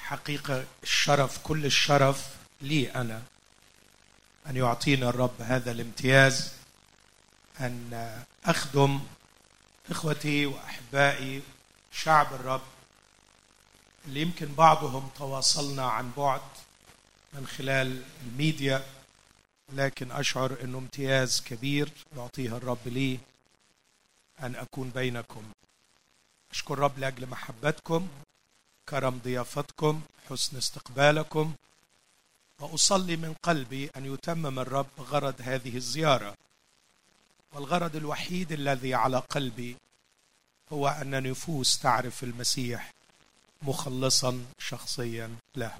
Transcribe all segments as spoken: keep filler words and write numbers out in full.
حقيقة الشرف، كل الشرف لي أنا أن يعطينا الرب هذا الامتياز أن أخدم إخوتي وأحبائي شعب الرب اللي يمكن بعضهم تواصلنا عن بعد من خلال الميديا، لكن أشعر أنه امتياز كبير يعطيه الرب لي أن أكون بينكم. أشكر الرب لأجل محبتكم، كرم ضيافتكم، حسن استقبالكم، وأصلي من قلبي أن يتمم الرب غرض هذه الزيارة. والغرض الوحيد الذي على قلبي هو أن نفوس تعرف المسيح مخلصا شخصيا لها.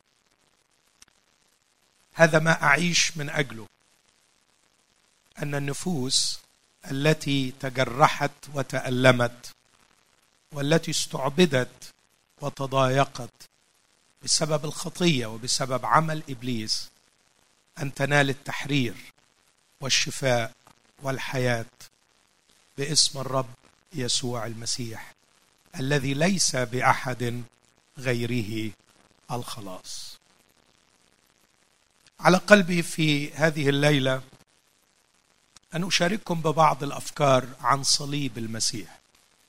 هذا ما أعيش من أجله، أن النفوس التي تجرحت وتألمت والتي استعبدت وتضايقت بسبب الخطية وبسبب عمل إبليس أن تنال التحرير والشفاء والحياة باسم الرب يسوع المسيح الذي ليس بأحد غيره الخلاص. على قلبي في هذه الليلة أن أشارككم ببعض الأفكار عن صليب المسيح.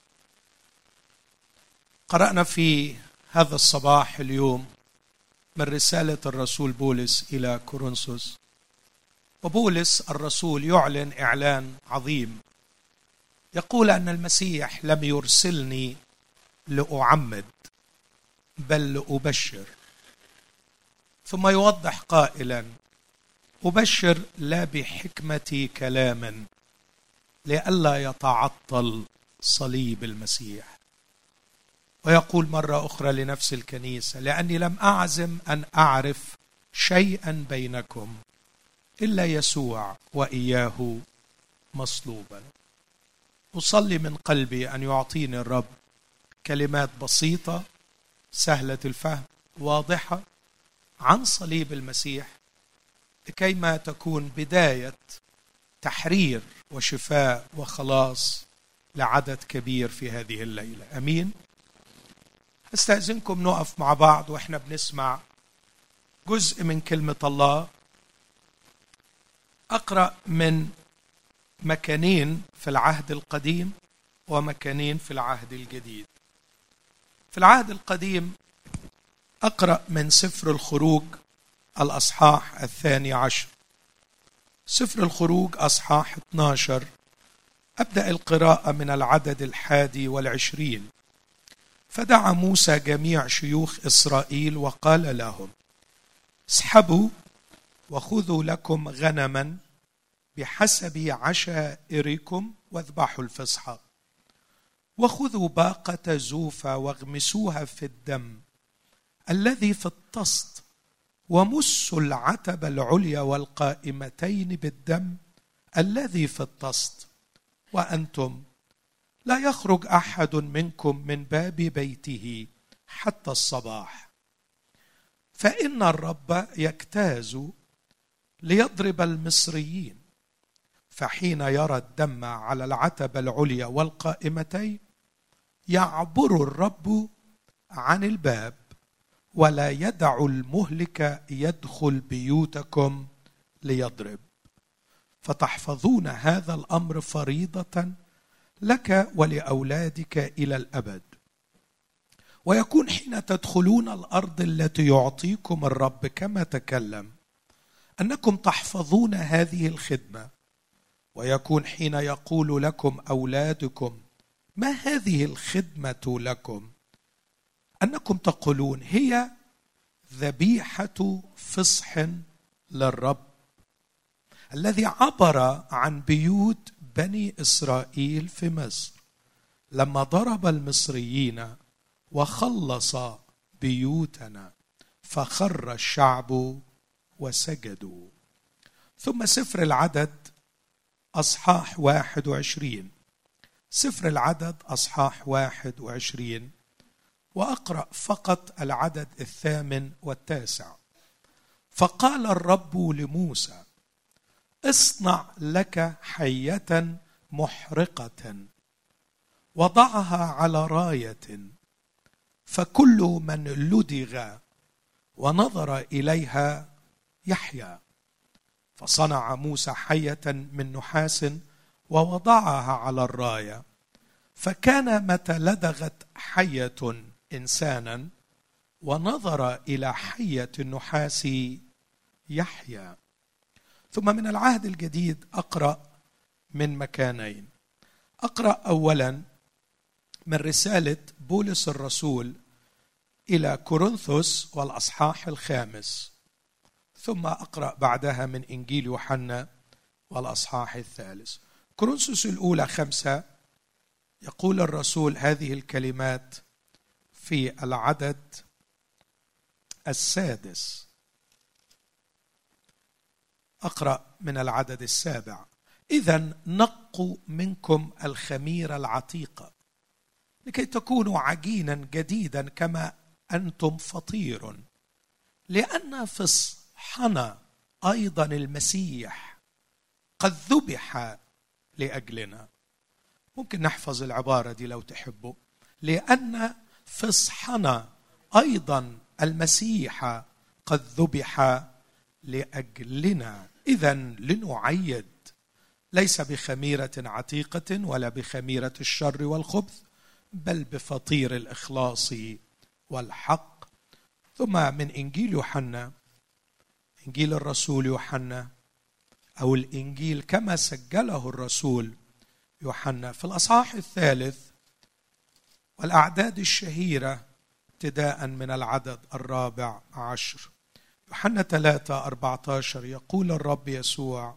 قرأنا في هذا الصباح اليوم من رسالة الرسول بولس إلى كورنثوس، وبولس الرسول يعلن إعلان عظيم، يقول أن المسيح لم يرسلني لأعمد بل لأبشر، ثم يوضح قائلا: أبشر لا بحكمة كلام لئلا يتعطل صليب المسيح. ويقول مرة أخرى لنفس الكنيسة: لأني لم أعزم أن أعرف شيئا بينكم إلا يسوع وإياه مصلوبا. أصلي من قلبي أن يعطيني الرب كلمات بسيطة سهلة الفهم واضحة عن صليب المسيح، لكيما تكون بداية تحرير وشفاء وخلاص لعدد كبير في هذه الليلة. أمين. أستأذنكم نقف مع بعض وإحنا بنسمع جزء من كلمة الله. أقرأ من مكانين في العهد القديم ومكانين في العهد الجديد. في العهد القديم أقرأ من سفر الخروج الأصحاح الثاني عشر. سفر الخروج أصحاح اثنا عشر، أبدأ القراءة من العدد الحادي والعشرين. فدعا موسى جميع شيوخ إسرائيل وقال لهم: اسحبوا وخذوا لكم غنما بحسب عشائركم واذبحوا الفصحى، وخذوا باقة زوفة واغمسوها في الدم الذي في الطست، ومسوا العتبة العليا والقائمتين بالدم الذي في الطست، وأنتم لا يخرج أحد منكم من باب بيته حتى الصباح، فإن الرب يجتاز ليضرب المصريين، فحين يرى الدم على العتبة العليا والقائمتين يعبر الرب عن الباب ولا يدع المهلك يدخل بيوتكم ليضرب، فتحفظون هذا الأمر فريضة لك ولأولادك إلى الأبد. ويكون حين تدخلون الأرض التي يعطيكم الرب كما تكلم أنكم تحفظون هذه الخدمة. ويكون حين يقول لكم أولادكم: ما هذه الخدمة لكم؟ أنكم تقولون: هي ذبيحة فصح للرب الذي عبر عن بيوت بني إسرائيل في مصر لما ضرب المصريين وخلص بيوتنا، فخر الشعب وسجدوا. ثم سفر العدد أصحاح واحد وعشرين. سفر العدد أصحاح واحد وعشرين، وأقرأ فقط العدد الثامن والتاسع. فقال الرب لموسى: اصنع لك حية محرقة وضعها على راية، فكل من لدغ ونظر إليها يحيا. فصنع موسى حية من نحاس ووضعها على الراية، فكان متى لدغت حية إنسانا ونظر إلى حية النحاس يحيا. ثم من العهد الجديد أقرأ من مكانين. أقرأ أولا من رسالة بولس الرسول إلى كورنثوس والأصحاح الخامس، ثم أقرأ بعدها من إنجيل يوحنا والأصحاح الثالث. كورنثوس الأولى خمسة، يقول الرسول هذه الكلمات في العدد السادس. أقرأ من العدد السابع: إذن نقوا منكم الخمير العتيقة لكي تكونوا عجينا جديدا كما أنتم فطير، لأن فصحنا أيضا المسيح قد ذبح لأجلنا. ممكن نحفظ العبارة دي لو تحبوا: لأن فصحنا أيضا المسيح قد ذبح لأجلنا. إذن لنعيد ليس بخميرة عتيقة ولا بخميرة الشر والخبث، بل بفطير الإخلاص والحق. ثم من إنجيل يوحنا، إنجيل الرسول يوحنا أو الإنجيل كما سجله الرسول يوحنا في الأصحاح الثالث والأعداد الشهيرة ابتداء من العدد الرابع عشر. يوحنا ثلاثة أربعة عشر يقول الرب يسوع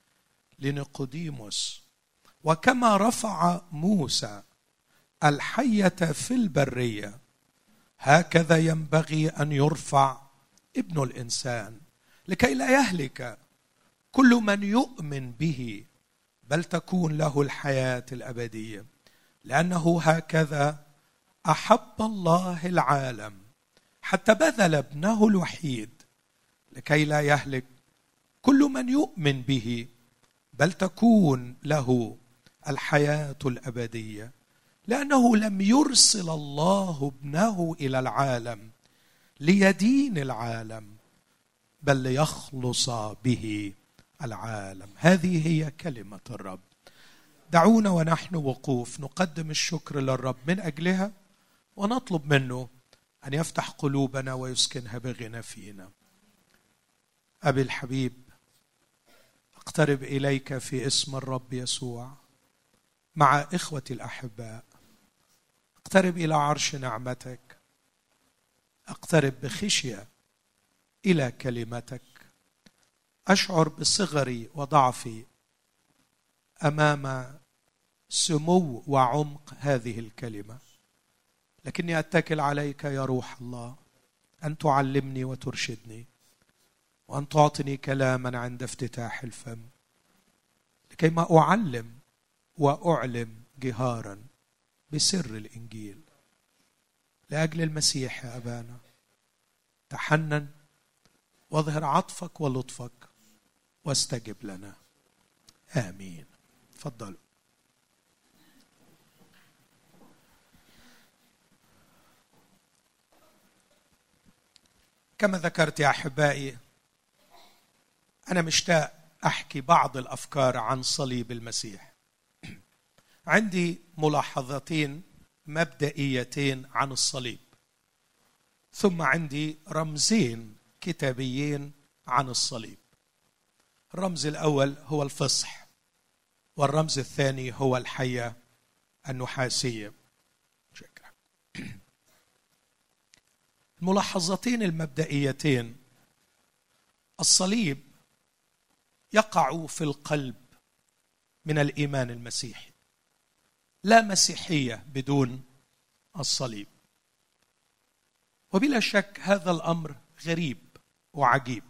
لنيقوديموس: وكما رفع موسى الحية في البرية هكذا ينبغي أن يرفع ابن الإنسان، لكي لا يهلك كل من يؤمن به، بل تكون له الحياة الأبدية. لأنه هكذا أحب الله العالم حتى بذل ابنه الوحيد، لكي لا يهلك كل من يؤمن به، بل تكون له الحياة الأبدية. لأنه لم يرسل الله ابنه إلى العالم ليدين العالم، بل ليخلص به العالم. هذه هي كلمة الرب. دعونا ونحن وقوف نقدم الشكر للرب من أجلها، ونطلب منه أن يفتح قلوبنا ويسكنها بغنى فينا. أبي الحبيب، أقترب إليك في اسم الرب يسوع مع إخوتي الأحباء. أقترب إلى عرش نعمتك، أقترب بخشية إلى كلمتك. أشعر بصغري وضعفي أمام سمو وعمق هذه الكلمة، لكني أتكل عليك يا روح الله أن تعلمني وترشدني، وأن تعطني كلاما عند افتتاح الفم، لكي ما أعلم وأعلم جهارا بسر الإنجيل. لأجل المسيح يا أبانا تحنن واظهر عطفك ولطفك واستجب لنا. آمين. تفضلوا. كما ذكرت يا أحبائي، أنا مشتاق أحكي بعض الأفكار عن صليب المسيح. عندي ملاحظتين مبدئيتين عن الصليب، ثم عندي رمزين كتابيين عن الصليب. الرمز الأول هو الفصح، والرمز الثاني هو الحية النحاسية. شكرا. الملاحظتين المبدئيتين: الصليب يقع في القلب من الإيمان المسيحي. لا مسيحية بدون الصليب. وبلا شك هذا الأمر غريب وعجيب.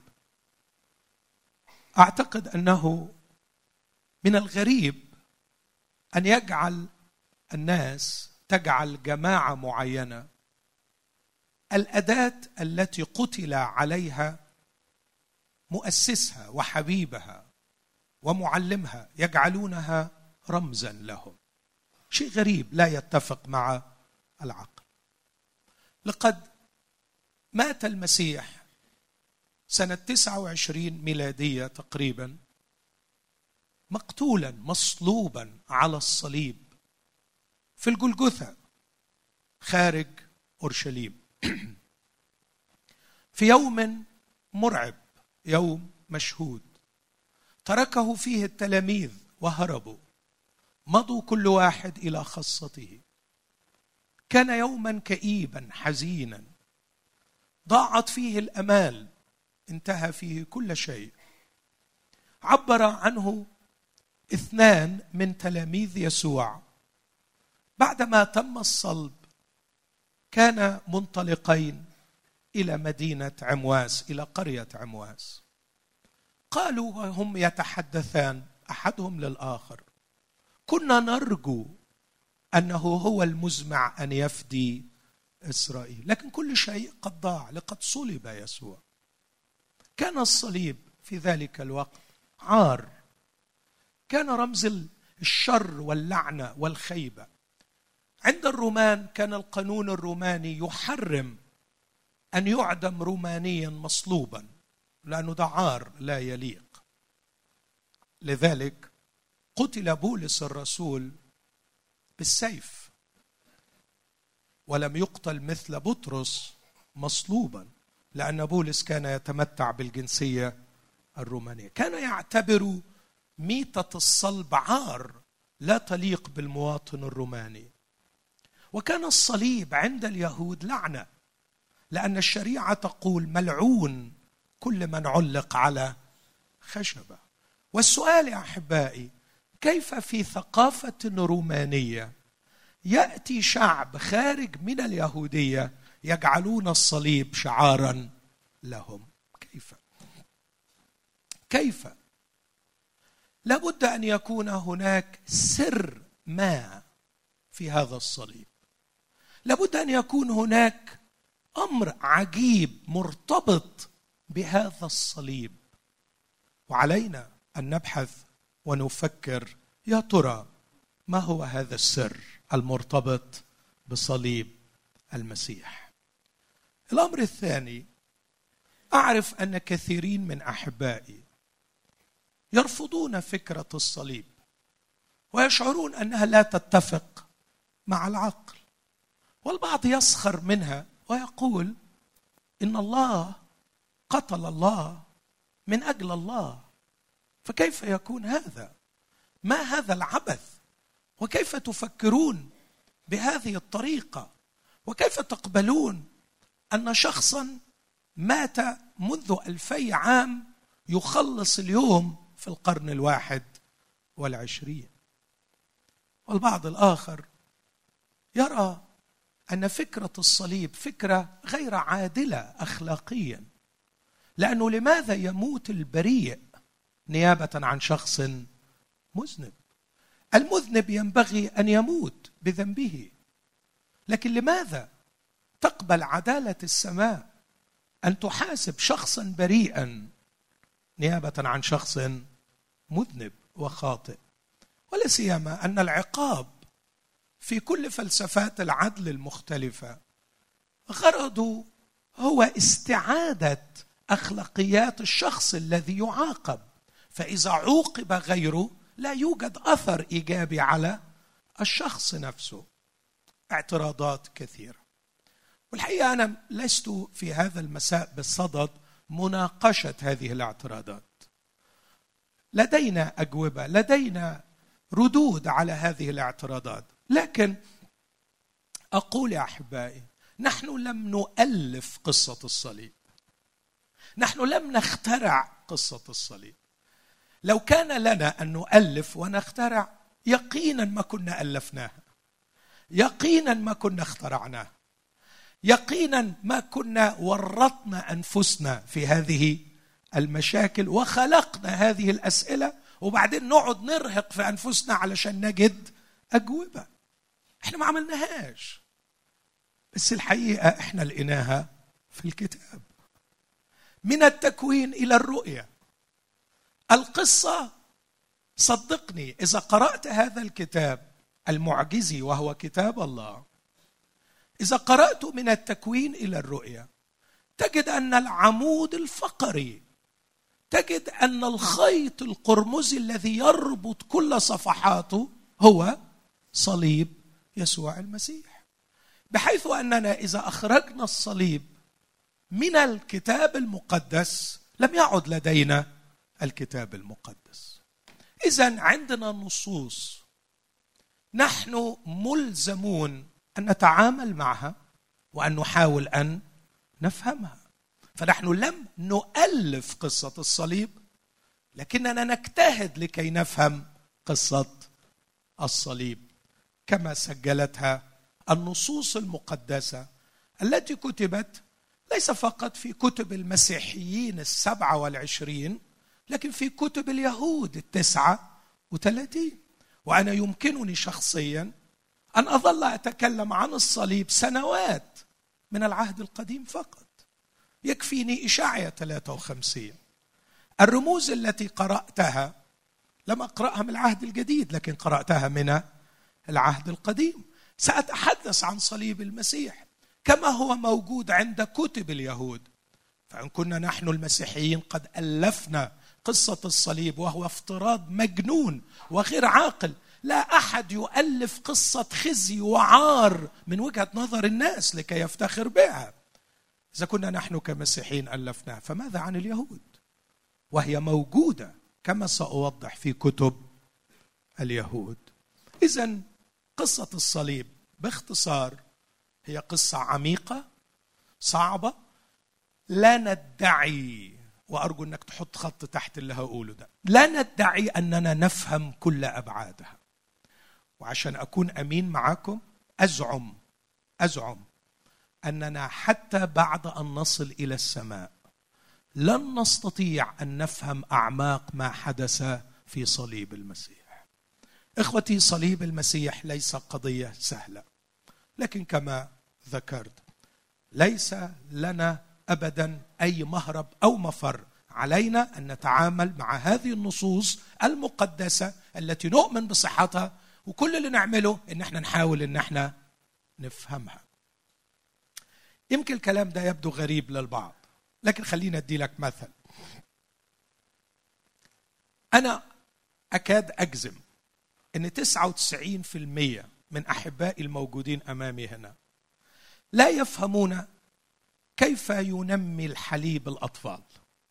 أعتقد أنه من الغريب أن يجعل الناس تجعل جماعة معينة الأداة التي قتل عليها مؤسسها وحبيبها ومعلمها يجعلونها رمزا لهم. شيء غريب لا يتفق مع العقل. لقد مات المسيح سنة تسعة وعشرين ميلادية تقريبا، مقتولا مصلوبا على الصليب في الجلجثة خارج أورشليم في يوم مرعب، يوم مشهود. تركه فيه التلاميذ وهربوا، مضوا كل واحد إلى خاصته. كان يوما كئيبا حزينا، ضاعت فيه الأمال، انتهى فيه كل شيء. عبر عنه اثنان من تلاميذ يسوع بعدما تم الصلب، كان منطلقين إلى مدينة عمواس، إلى قرية عمواس. قالوا وهم يتحدثان أحدهم للآخر: كنا نرجو أنه هو المزمع أن يفدي إسرائيل، لكن كل شيء قد ضاع، لقد صلب يسوع. كان الصليب في ذلك الوقت عار، كان رمز الشر واللعنة والخيبة. عند الرومان كان القانون الروماني يحرم أن يعدم رومانيا مصلوبا، لأنه ده عار لا يليق. لذلك قتل بولس الرسول بالسيف، ولم يقتل مثل بطرس مصلوبا، لأن بولس كان يتمتع بالجنسية الرومانية. كان يعتبر ميتة الصلب عار لا تليق بالمواطن الروماني. وكان الصليب عند اليهود لعنة، لأن الشريعة تقول ملعون كل من علق على خشبة. والسؤال يا أحبائي، كيف في ثقافة رومانية يأتي شعب خارج من اليهودية يجعلون الصليب شعارا لهم؟ كيف؟ كيف؟ لابد أن يكون هناك سر ما في هذا الصليب، لابد أن يكون هناك أمر عجيب مرتبط بهذا الصليب، وعلينا أن نبحث ونفكر يا ترى ما هو هذا السر المرتبط بصليب المسيح. الأمر الثاني، أعرف أن كثيرين من أحبائي يرفضون فكرة الصليب ويشعرون أنها لا تتفق مع العقل، والبعض يسخر منها ويقول إن الله قتل الله من أجل الله، فكيف يكون هذا؟ ما هذا العبث؟ وكيف تفكرون بهذه الطريقة؟ وكيف تقبلون أن شخصا مات منذ ألفي عام يخلص اليوم في القرن الواحد والعشرين؟ والبعض الآخر يرى أن فكرة الصليب فكرة غير عادلة أخلاقيا، لأنه لماذا يموت البريء نيابة عن شخص مذنب؟ المذنب ينبغي أن يموت بذنبه، لكن لماذا تقبل عدالة السماء أن تحاسب شخصا بريئا نيابة عن شخص مذنب وخاطئ؟ ولا سيما أن العقاب في كل فلسفات العدل المختلفة غرضه هو استعادة أخلاقيات الشخص الذي يعاقب، فإذا عوقب غيره لا يوجد أثر إيجابي على الشخص نفسه. اعتراضات كثيرة، والحقيقة أنا لست في هذا المساء بصدد مناقشة هذه الاعتراضات. لدينا أجوبة، لدينا ردود على هذه الاعتراضات، لكن أقول يا أحبائي، نحن لم نؤلف قصة الصليب، نحن لم نخترع قصة الصليب. لو كان لنا أن نؤلف ونخترع، يقينا ما كنا ألفناها، يقينا ما كنا اخترعناها، يقينا ما كنا ورطنا أنفسنا في هذه المشاكل وخلقنا هذه الأسئلة وبعدين نقعد نرهق في أنفسنا علشان نجد أجوبة. احنا ما عملناهاش، بس الحقيقة احنا لقيناها في الكتاب. من التكوين إلى الرؤية، القصة صدقني إذا قرأت هذا الكتاب المعجزي وهو كتاب الله، إذا قرأت من التكوين إلى الرؤيا تجد أن العمود الفقري، تجد أن الخيط القرمزي الذي يربط كل صفحاته هو صليب يسوع المسيح، بحيث أننا إذا أخرجنا الصليب من الكتاب المقدس لم يعد لدينا الكتاب المقدس. إذن عندنا نصوص نحن ملزمون أن نتعامل معها وأن نحاول أن نفهمها. فنحن لم نؤلف قصة الصليب، لكننا نجتهد لكي نفهم قصة الصليب كما سجلتها النصوص المقدسة التي كتبت ليس فقط في كتب المسيحيين السبعة والعشرين، لكن في كتب اليهود التسعة وثلاثين. وأنا يمكنني شخصيا أن أظل أتكلم عن الصليب سنوات من العهد القديم فقط. يكفيني إشعياء ثلاثة وخمسين. الرموز التي قرأتها لم أقرأها من العهد الجديد، لكن قرأتها من العهد القديم. سأتحدث عن صليب المسيح كما هو موجود عند كتب اليهود. فإن كنا نحن المسيحيين قد ألفنا قصة الصليب وهو افتراض مجنون وغير عاقل، لا أحد يؤلف قصة خزي وعار من وجهة نظر الناس لكي يفتخر بها. إذا كنا نحن كمسيحيين ألفناها، فماذا عن اليهود؟ وهي موجودة كما سأوضح في كتب اليهود. إذن قصة الصليب باختصار هي قصة عميقة صعبة، لا ندعي، وأرجو أنك تحط خط تحت اللي هقوله ده، لا ندعي أننا نفهم كل أبعادها. وعشان أكون أمين معكم أزعم أزعم أننا حتى بعد أن نصل إلى السماء لن نستطيع أن نفهم أعماق ما حدث في صليب المسيح. إخوتي، صليب المسيح ليس قضية سهلة، لكن كما ذكرت ليس لنا أبدا أي مهرب أو مفر. علينا أن نتعامل مع هذه النصوص المقدسة التي نؤمن بصحتها، وكل اللي نعمله إن احنا نحاول إن احنا نفهمها. يمكن الكلام ده يبدو غريب للبعض، لكن خلينا أدي لك مثل. أنا أكاد أجزم أن تسعة وتسعين بالمئة من أحبائي الموجودين أمامي هنا لا يفهمون كيف ينمي الحليب الأطفال.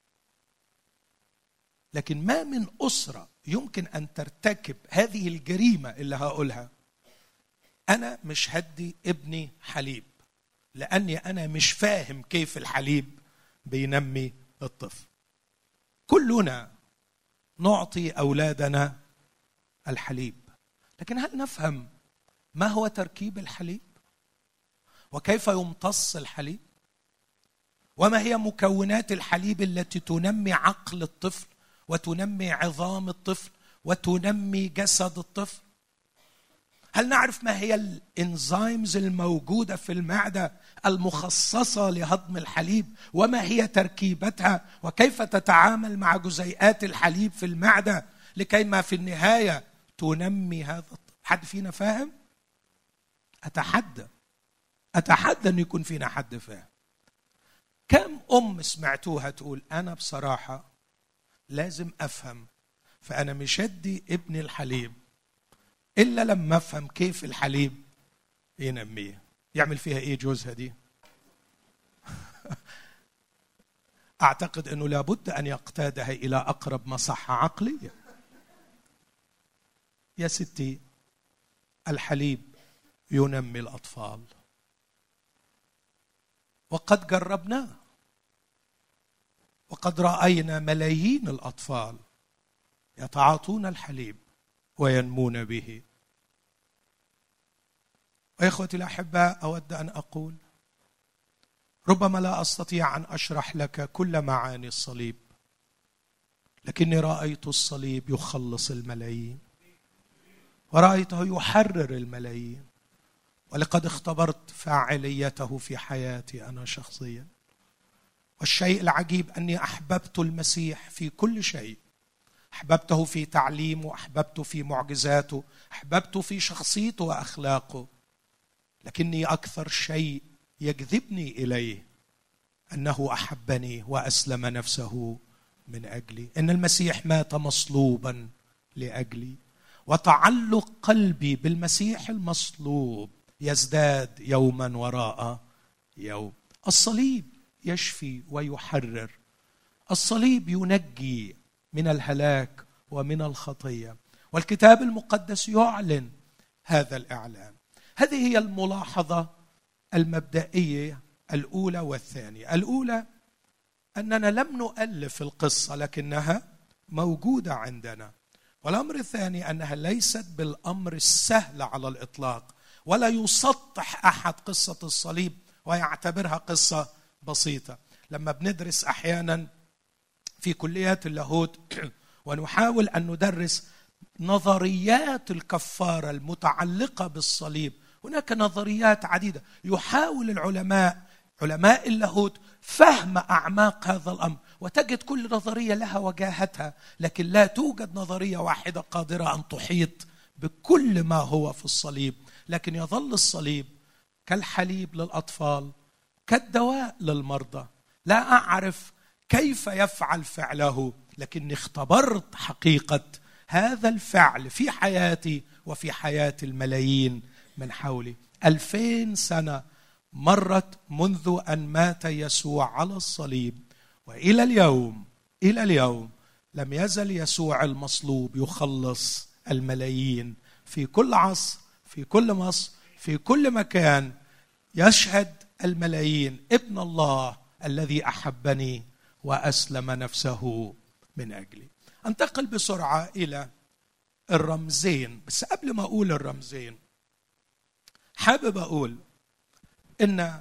لكن ما من أسرة يمكن أن ترتكب هذه الجريمة اللي هقولها. أنا مش هدي ابني حليب لأني أنا مش فاهم كيف الحليب بينمي الطفل. كلنا نعطي أولادنا الحليب، لكن هل نفهم ما هو تركيب الحليب؟ وكيف يمتص الحليب؟ وما هي مكونات الحليب التي تنمي عقل الطفل وتنمي عظام الطفل وتنمي جسد الطفل؟ هل نعرف ما هي الانزيمز الموجودة في المعدة المخصصة لهضم الحليب وما هي تركيبتها وكيف تتعامل مع جزيئات الحليب في المعدة لكي ما في النهاية تنمي هذا الطفل؟ حد فينا فاهم؟ أتحدى أتحدى أن يكون فينا حد فاهم. كم أم سمعتوها تقول أنا بصراحة لازم أفهم، فأنا مش هدي ابني الحليب إلا لما أفهم كيف الحليب ينميه. يعمل فيها إيه جوزها دي؟ أعتقد أنه لابد أن يقتادها إلى أقرب مصحة عقلية. يا ستي، الحليب ينمي الأطفال، وقد جربناه، وقد رأينا ملايين الأطفال يتعاطون الحليب وينمون به. وإخوتي الأحباء، أود أن أقول ربما لا أستطيع أن أشرح لك كل معاني الصليب، لكني رأيت الصليب يخلص الملايين، ورأيته يحرر الملايين، ولقد اختبرت فاعليته في حياتي أنا شخصيا. والشيء العجيب أني أحببت المسيح في كل شيء. أحببته في تعليمه، أحببته في معجزاته، أحببته في شخصيته وأخلاقه. لكني أكثر شيء يجذبني إليه أنه أحبني وأسلم نفسه من أجلي، إن المسيح مات مصلوبا لأجلي، وتعلق قلبي بالمسيح المصلوب يزداد يوما وراء يوم. الصليب يشفي ويحرر، الصليب ينجي من الهلاك ومن الخطية، والكتاب المقدس يعلن هذا الإعلان. هذه هي الملاحظة المبدئية الأولى والثانية. الأولى أننا لم نؤلف القصة لكنها موجودة عندنا، والأمر الثاني أنها ليست بالأمر السهل على الإطلاق، ولا يسطح أحد قصة الصليب ويعتبرها قصة بسيطة. لما بندرس أحيانا في كليات اللاهوت ونحاول أن ندرس نظريات الكفارة المتعلقة بالصليب، هناك نظريات عديدة يحاول العلماء علماء اللاهوت فهم أعماق هذا الأمر، وتجد كل نظرية لها وجاهتها، لكن لا توجد نظرية واحدة قادرة أن تحيط بكل ما هو في الصليب. لكن يظل الصليب كالحليب للأطفال، كالدواء للمرضى. لا أعرف كيف يفعل فعله، لكني اختبرت حقيقة هذا الفعل في حياتي وفي حياة الملايين من حولي. ألفين سنة مرت منذ أن مات يسوع على الصليب، وإلى اليوم إلى اليوم لم يزل يسوع المصلوب يخلص الملايين في كل عصر، في كل مصر، في كل مكان. يشهد الملايين ابن الله الذي أحبني وأسلم نفسه من أجلي. أنتقل بسرعة إلى الرمزين، بس قبل ما أقول الرمزين حابب أقول إن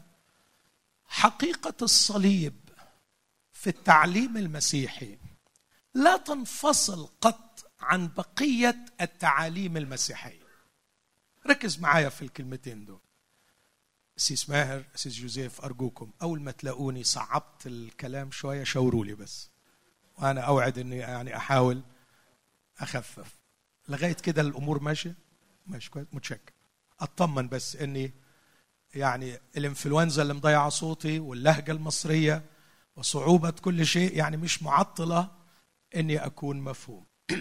حقيقة الصليب في التعليم المسيحي لا تنفصل قط عن بقية التعاليم المسيحية. ركز معايا في الكلمتين دول. أسيس ماهر، أسيس جوزيف، أرجوكم أول ما تلاقوني صعبت الكلام شوية شاوروا لي بس، وأنا أوعد إني يعني أحاول أخفف. لغاية كده الأمور ماشية ماشي كويس، متشكر. أطمن بس إني يعني الإنفلونزا اللي مضيعة صوتي واللهجة المصرية وصعوبة كل شيء يعني مش معطلة إني أكون مفهوم.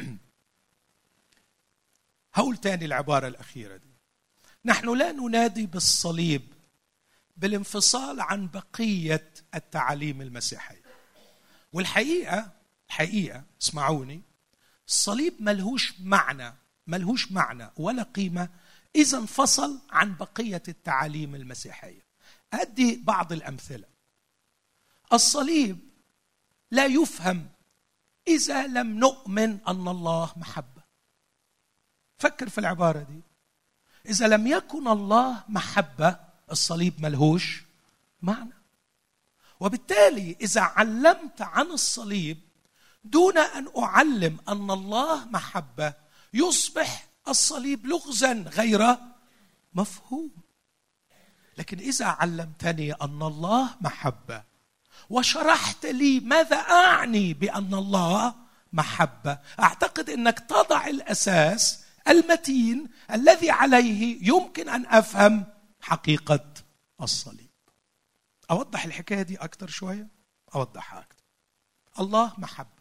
هقول تاني العبارة الأخيرة دي. نحن لا ننادي بالصليب بالانفصال عن بقية التعاليم المسيحية. والحقيقة الحقيقة اسمعوني، الصليب ملهوش معنى ملهوش معنى ولا قيمة إذا انفصل عن بقية التعاليم المسيحية. أدي بعض الأمثلة. الصليب لا يفهم إذا لم نؤمن أن الله محبة. فكر في العبارة دي. إذا لم يكن الله محبة الصليب ملهوش معنى. وبالتالي إذا علمت عن الصليب دون أن أعلم أن الله محبة يصبح الصليب لغزا غير مفهوم. لكن إذا علمتني أن الله محبة وشرحت لي ماذا أعني بأن الله محبة، أعتقد أنك تضع الأساس المتين الذي عليه يمكن أن أفهم حقيقة الصليب. أوضح الحكاية دي أكتر شوية، أوضحها أكتر. الله محبة.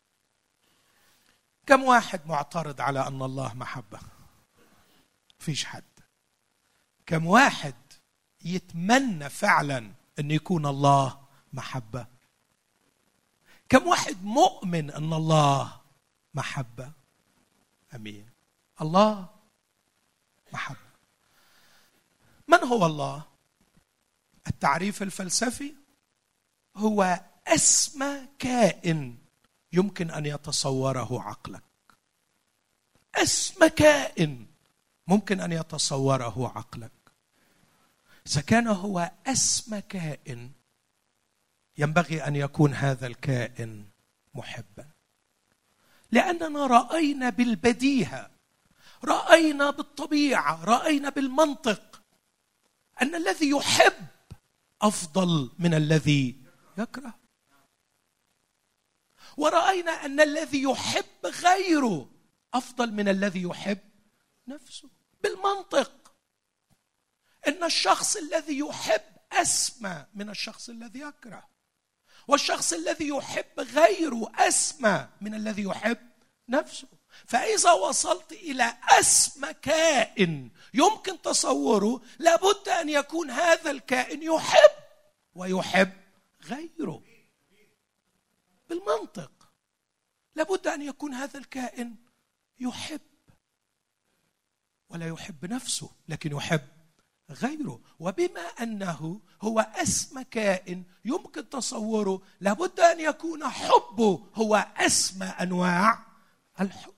كم واحد معترض على أن الله محبة؟ فيش حد. كم واحد يتمنى فعلا أن يكون الله محبة؟ كم واحد مؤمن أن الله محبة؟ أمين. الله محبة. من هو الله؟ التعريف الفلسفي هو أسمى كائن يمكن أن يتصوره عقلك. أسمى كائن ممكن أن يتصوره عقلك. إذا كان هو أسمى كائن ينبغي أن يكون هذا الكائن محبا، لأننا رأينا بالبديهة، رأينا بالطبيعة، رأينا بالمنطق أن الذي يحب أفضل من الذي يكره، ورأينا أن الذي يحب غيره أفضل من الذي يحب نفسه. بالمنطق إن الشخص الذي يحب أسمى من الشخص الذي يكره، والشخص الذي يحب غيره أسمى من الذي يحب نفسه. فإذا وصلت إلى أسمى كائن يمكن تصوره، لابد أن يكون هذا الكائن يحب ويحب غيره. بالمنطق لابد أن يكون هذا الكائن يحب ولا يحب نفسه، لكن يحب غيره. وبما أنه هو أسمى كائن يمكن تصوره، لابد أن يكون حبه هو أسمى أنواع الحب.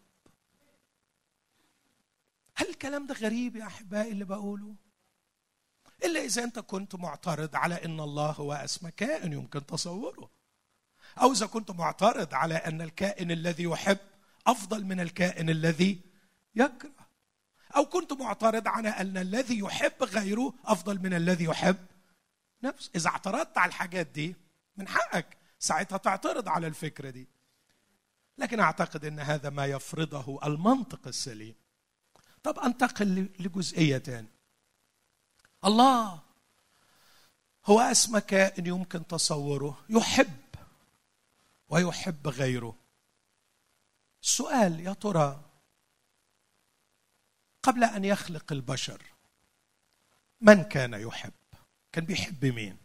هل الكلام ده غريب يا أحبائي اللي بقوله؟ إلا إذا أنت كنت معترض على أن الله هو أسمى كائن يمكن تصوره، أو إذا كنت معترض على أن الكائن الذي يحب أفضل من الكائن الذي يكره، أو كنت معترض على أن الذي يحب غيره أفضل من الذي يحب نفسه. إذا اعترضت على الحاجات دي من حقك ساعتها تعترض على الفكرة دي، لكن أعتقد أن هذا ما يفرضه المنطق السليم. طب أنتقل لجزئية تاني. الله هو أسمى كائن يمكن تصوره، يحب ويحب غيره. السؤال يا ترى قبل أن يخلق البشر من كان يحب؟ كان بيحب مين؟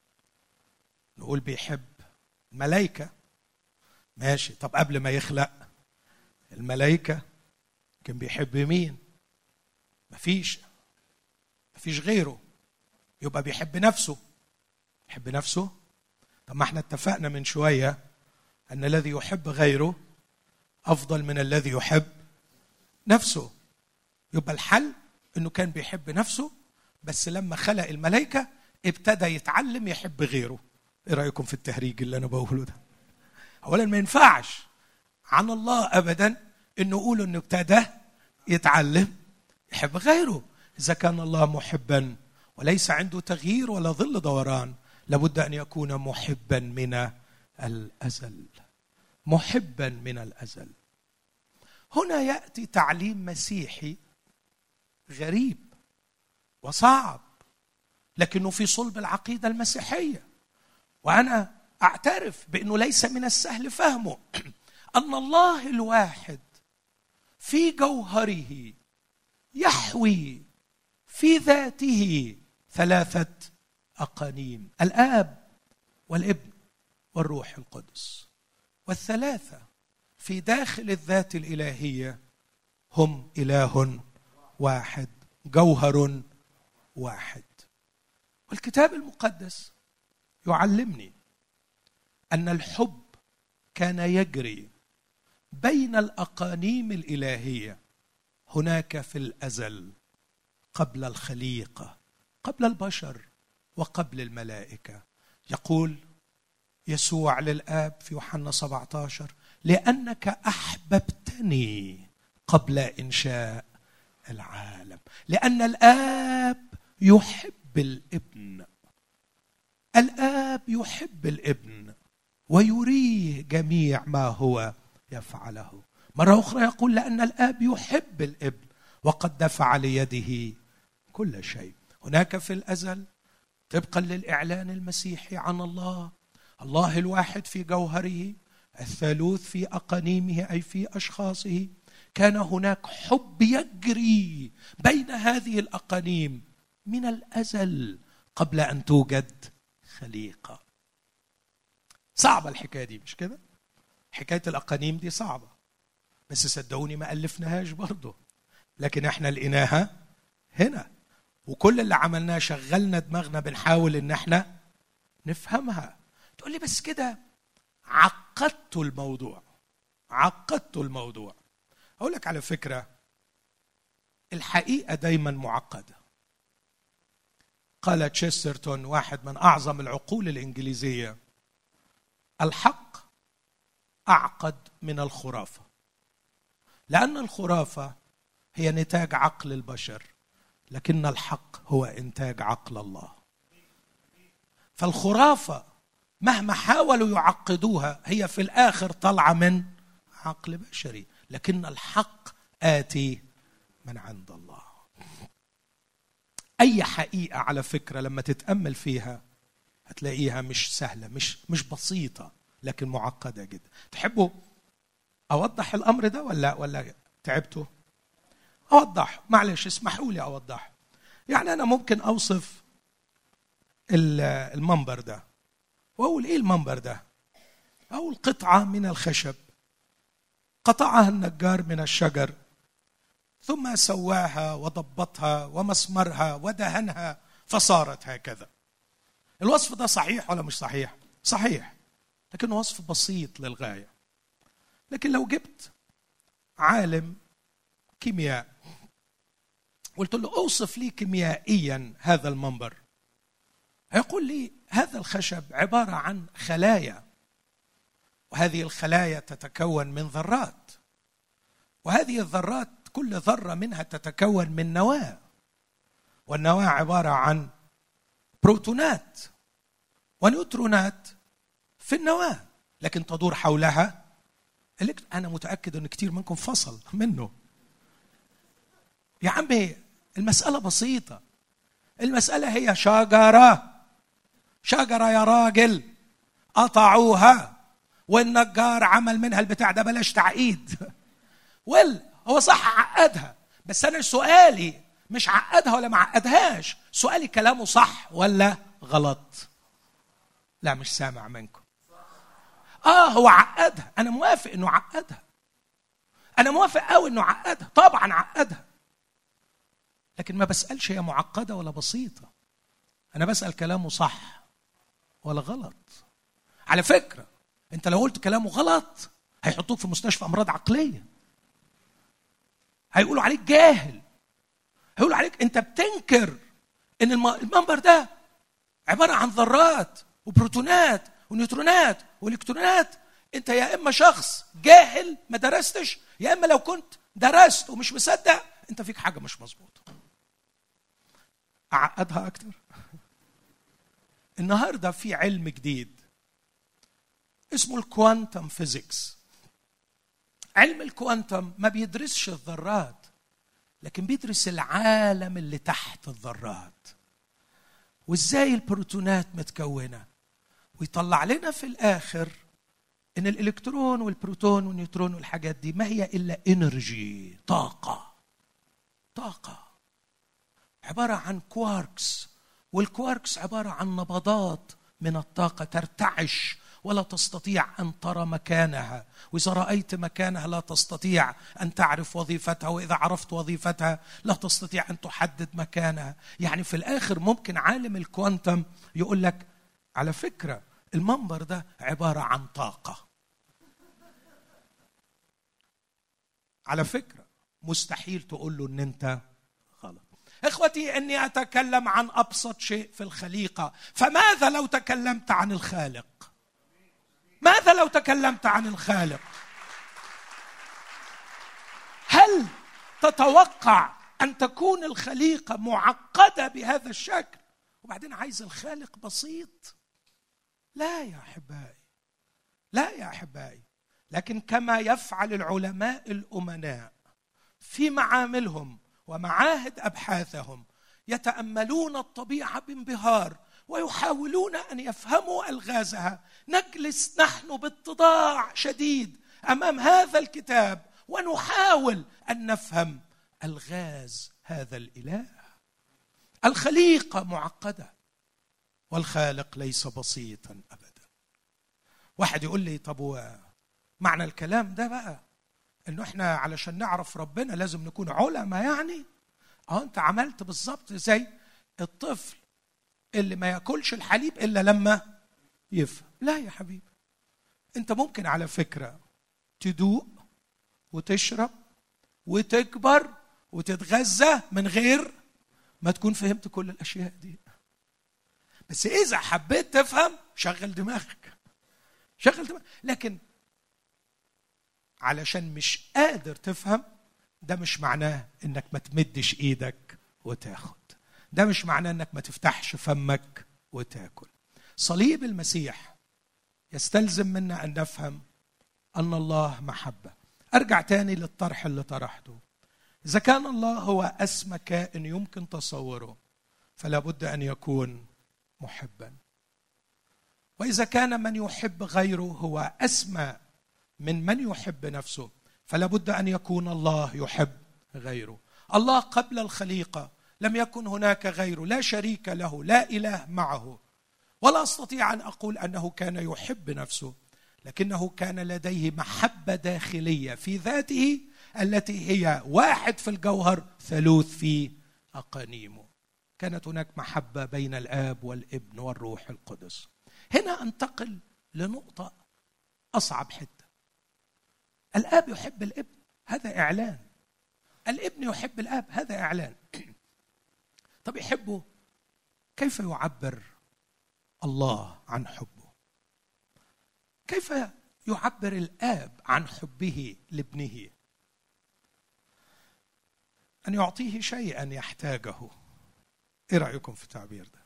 نقول بيحب الملائكة، ماشي. طب قبل ما يخلق الملائكة كان بيحب مين؟ مفيش مفيش غيره، يبقى بيحب نفسه. يحب نفسه. طب ما احنا اتفقنا من شوية أن الذي يحب غيره أفضل من الذي يحب نفسه. يبقى الحل أنه كان بيحب نفسه، بس لما خلق الملائكة ابتدى يتعلم يحب غيره. إيه رأيكم في التهريج اللي أنا بقوله ده؟ أولا ما ينفعش عن الله أبدا أنه يقول أنه ابتدى يتعلم يحب غيره. إذا كان الله محبا وليس عنده تغيير ولا ظل دوران، لابد أن يكون محبا من الأزل. محبا من الأزل. هنا يأتي تعليم مسيحي غريب وصعب، لكنه في صلب العقيدة المسيحية، وأنا أعترف بأنه ليس من السهل فهمه. أن الله الواحد في جوهره يحوي في ذاته ثلاثة أقانيم: الآب والابن والروح القدس. والثلاثة في داخل الذات الإلهية هم إله واحد، جوهر واحد. والكتاب المقدس يعلمني أن الحب كان يجري بين الأقانيم الإلهية هناك في الأزل، قبل الخليقة، قبل البشر وقبل الملائكة. يقول يسوع للآب في يوحنا سبعة عشر: لأنك أحببتني قبل إنشاء العالم. لأن الآب يحب الابن. الآب يحب الابن ويريه جميع ما هو يفعله. مرة أخرى يقول: لأن الآب يحب الابن وقد دفع ليده كل شيء. هناك في الأزل طبقا للإعلان المسيحي عن الله، الله الواحد في جوهره، الثالوث في أقانيمه أي في أشخاصه، كان هناك حب يجري بين هذه الأقانيم من الأزل قبل أن توجد خليقة. صعبة الحكاية دي مش كده؟ حكاية الأقانيم دي صعبة، بس صدقوني ما ألفناهاش برضو، لكن احنا لقيناها هنا، وكل اللي عملناه شغلنا دماغنا بنحاول ان احنا نفهمها. تقول لي بس كده عقدت الموضوع عقدت الموضوع اقول لك على فكرة، الحقيقة دايما معقدة. قال تشسترتون، واحد من أعظم العقول الإنجليزية: الحق أعقد من الخرافة، لأن الخرافة هي نتاج عقل البشر، لكن الحق هو إنتاج عقل الله. فالخرافة مهما حاولوا يعقدوها هي في الآخر طلع من عقل بشري، لكن الحق آتي من عند الله. أي حقيقة على فكرة لما تتأمل فيها هتلاقيها مش سهلة، مش مش بسيطة، لكن معقدة جدا. تحبوا أوضح الأمر ده ولا ولا تعبتوا؟ أوضح، معلش اسمحوا لي أوضح. يعني أنا ممكن أوصف المنبر ده وأقول إيه المنبر ده؟ أقول قطعة من الخشب قطعها النجار من الشجر، ثم سواها وضبطها ومسمرها ودهنها فصارت هكذا. الوصف ده صحيح ولا مش صحيح؟ صحيح، لكنه وصف بسيط للغاية. لكن لو جبت عالم كيمياء قلت له اوصف لي كيميائيا هذا المنبر، هيقول لي هذا الخشب عبارة عن خلايا، وهذه الخلايا تتكون من ذرات، وهذه الذرات كل ذرة منها تتكون من نواة، والنواة عبارة عن بروتونات ونيوترونات في النواة، لكن تدور حولها إلكترون. أنا متأكد أن كتير منكم فصل منه. يا عمي المسألة بسيطة، المسألة هي شجرة، شجرة يا راجل قطعوها والنجار عمل منها البتاع ده، بلاش تعقيد. وال هو صح عقدها، بس أنا سؤالي مش عقدها ولا ما عقدهاش، سؤالي كلامه صح ولا غلط؟ لا مش سامع منكم. آه هو عقدها، أنا موافق إنه عقدها، أنا موافق قوي إنه عقدها، طبعا عقدها، لكن ما بسألش هي معقدة ولا بسيطة، أنا بسأل كلامه صح ولا غلط. على فكرة أنت لو قلت كلامه غلط هيحطوك في مستشفى أمراض عقلية، هيقولوا عليك جاهل، هيقولوا عليك أنت بتنكر إن المنبر ده عبارة عن ذرات وبروتونات ونيوترونات والكترونات. أنت يا إما شخص جاهل ما درستش، يا إما لو كنت درست ومش مصدق أنت فيك حاجة مش مظبوطة. أعقدها أكتر. النهاردة في علم جديد اسمه الكوانتم فيزيكس. علم الكوانتم ما بيدرسش الذرات، لكن بيدرس العالم اللي تحت الذرات، وإزاي البروتونات متكونة، ويطلع لنا في الآخر إن الإلكترون والبروتون والنيوترون والحاجات دي ما هي إلا إنرجي، طاقة، طاقة عبارة عن كواركس، والكواركس عبارة عن نبضات من الطاقة ترتعش ولا تستطيع أن ترى مكانها، وإذا رأيت مكانها لا تستطيع أن تعرف وظيفتها، وإذا عرفت وظيفتها لا تستطيع أن تحدد مكانها. يعني في الآخر ممكن عالم الكوانتم يقول لك على فكرة المنبر ده عبارة عن طاقة. على فكرة مستحيل تقول له أن أنت غلط. إخوتي إني أتكلم عن أبسط شيء في الخليقة، فماذا لو تكلمت عن الخالق؟ ماذا لو تكلمت عن الخالق؟ هل تتوقع أن تكون الخليقة معقدة بهذا الشكل وبعدين عايز الخالق بسيط؟ لا يا أحبائي، لا يا أحبائي. لكن كما يفعل العلماء الأمناء في معاملهم ومعاهد أبحاثهم، يتأملون الطبيعة بانبهار ويحاولون أن يفهموا ألغازها، نجلس نحن باتضاع شديد أمام هذا الكتاب ونحاول أن نفهم ألغاز هذا الإله. الخليقة معقدة والخالق ليس بسيطا أبدا. واحد يقول لي طب معنى الكلام ده بقى إنه إحنا علشان نعرف ربنا لازم نكون علماء يعني؟ أه أنت عملت بالضبط زي الطفل اللي ما يأكلش الحليب إلا لما يفهم. لا يا حبيبي، أنت ممكن على فكرة تدوق وتشرب وتكبر وتتغذى من غير ما تكون فهمت كل الأشياء دي. بس إذا حبيت تفهم شغل دماغك، شغل دماغك. لكن علشان مش قادر تفهم ده مش معناه إنك ما تمدش إيدك وتاخد، ده مش معناه إنك ما تفتحش فمك وتاكل. صليب المسيح يستلزم منا أن نفهم أن الله محبة. أرجع تاني للطرح اللي طرحته. إذا كان الله هو أسمى كائن يمكن تصوره، فلا بد أن يكون محبا. وإذا كان من يحب غيره هو أسمى من من يحب نفسه، فلا بد أن يكون الله يحب غيره. الله قبل الخليقة لم يكن هناك غيره، لا شريك له، لا إله معه، ولا أستطيع أن أقول أنه كان يحب نفسه، لكنه كان لديه محبة داخلية في ذاته التي هي واحد في الجوهر ثالوث في أقانيمه. كانت هناك محبة بين الآب والابن والروح القدس. هنا أنتقل لنقطة أصعب حتة. الآب يحب الابن، هذا إعلان. الابن يحب الآب، هذا إعلان. طب يحبه، كيف يعبر الله عن حبه؟ كيف يعبر الآب عن حبه لابنه؟ أن يعطيه شيئا يحتاجه. إيه رأيكم في التعبير ده؟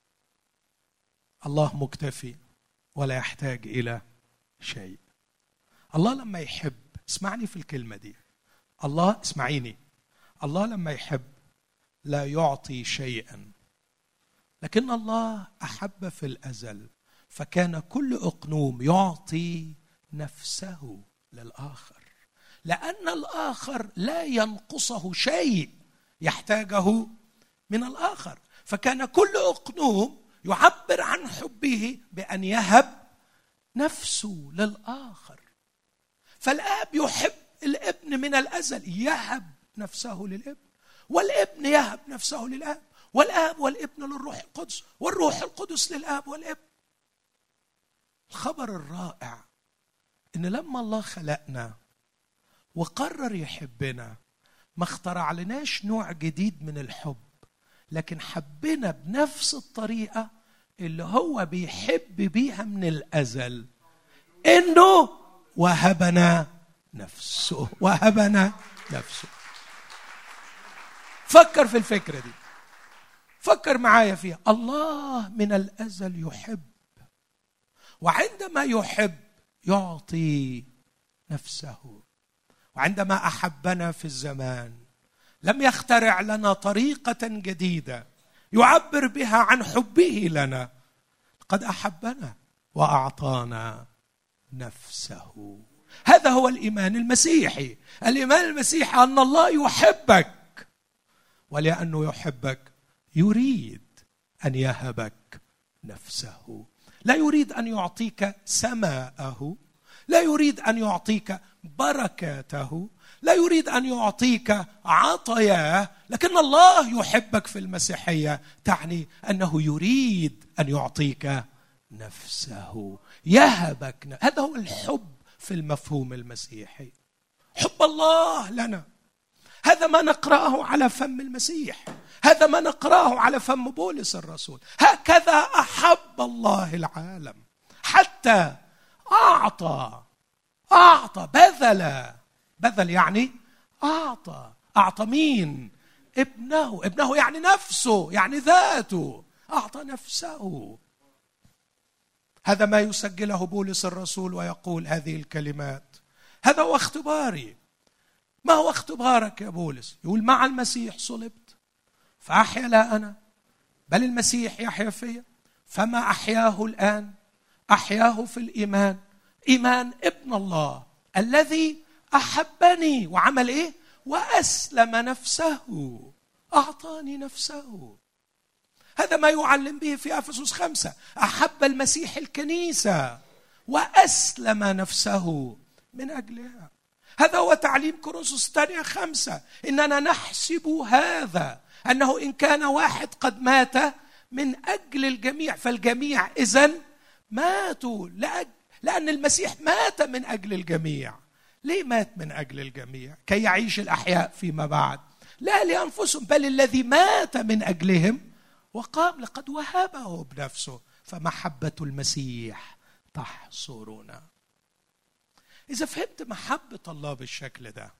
الله مكتفي ولا يحتاج إلى شيء. الله لما يحب، اسمعني في الكلمة دي، الله اسمعيني، الله لما يحب لا يعطي شيئا، لكن الله أحب في الأزل، فكان كل أقنوم يعطي نفسه للآخر، لأن الآخر لا ينقصه شيء يحتاجه من الآخر. فكان كل أقنوم يعبر عن حبه بأن يهب نفسه للآخر. فالآب يحب الابن من الأزل، يهب نفسه للابن، والابن يهب نفسه للآب، والآب والابن للروح القدس، والروح القدس للآب والابن. الخبر الرائع إن لما الله خلقنا وقرر يحبنا، ما اخترع لناش نوع جديد من الحب، لكن حبنا بنفس الطريقة اللي هو بيحب بيها من الأزل، إنه وهبنا نفسه. وهبنا نفسه. فكر في الفكرة دي، فكر معايا فيها. الله من الأزل يحب، وعندما يحب يعطي نفسه. وعندما أحبنا في الزمان لم يخترع لنا طريقة جديدة يعبر بها عن حبه لنا، قد أحبنا وأعطانا نفسه. هذا هو الإيمان المسيحي. الإيمان المسيحي أن الله يحبك، ولأنه يحبك يريد أن يهبك نفسه. لا يريد أن يعطيك سماءه، لا يريد أن يعطيك بركاته، لا يريد أن يعطيك عطاياه، لكن الله يحبك في المسيحية تعني أنه يريد أن يعطيك نفسه، يهبك. هذا هو الحب في المفهوم المسيحي، حب الله لنا. هذا ما نقرأه على فم المسيح، هذا ما نقرأه على فم بولس الرسول. هكذا أحب الله العالم حتى أعطى أعطى بذل. بذل يعني أعطى. أعطى مين؟ ابنه. ابنه يعني نفسه، يعني ذاته. أعطى نفسه. هذا ما يسجله بولس الرسول ويقول هذه الكلمات. هذا هو اختباري. ما هو اختبارك يا بولس؟ يقول مع المسيح صلبت فأحيا لا أنا بل المسيح يحيا فيا، فما أحياه الآن أحياه في الإيمان، إيمان ابن الله الذي أحبني وعمل إيه؟ وأسلم نفسه، أعطاني نفسه. هذا ما يعلم به في أفسس خمسة. أحب المسيح الكنيسة وأسلم نفسه من أجلها. هذا هو تعليم كورنثوس الثانية خمسة، إننا نحسب هذا أنه إن كان واحد قد مات من أجل الجميع فالجميع إذن ماتوا، لأن المسيح مات من أجل الجميع. ليه مات من أجل الجميع؟ كي يعيش الأحياء فيما بعد، لا لأنفسهم بل الذي مات من أجلهم وقام، لقد وهبه بنفسه. فمحبة المسيح تحصرنا. إذا فهمت محبة الله بالشكل ده،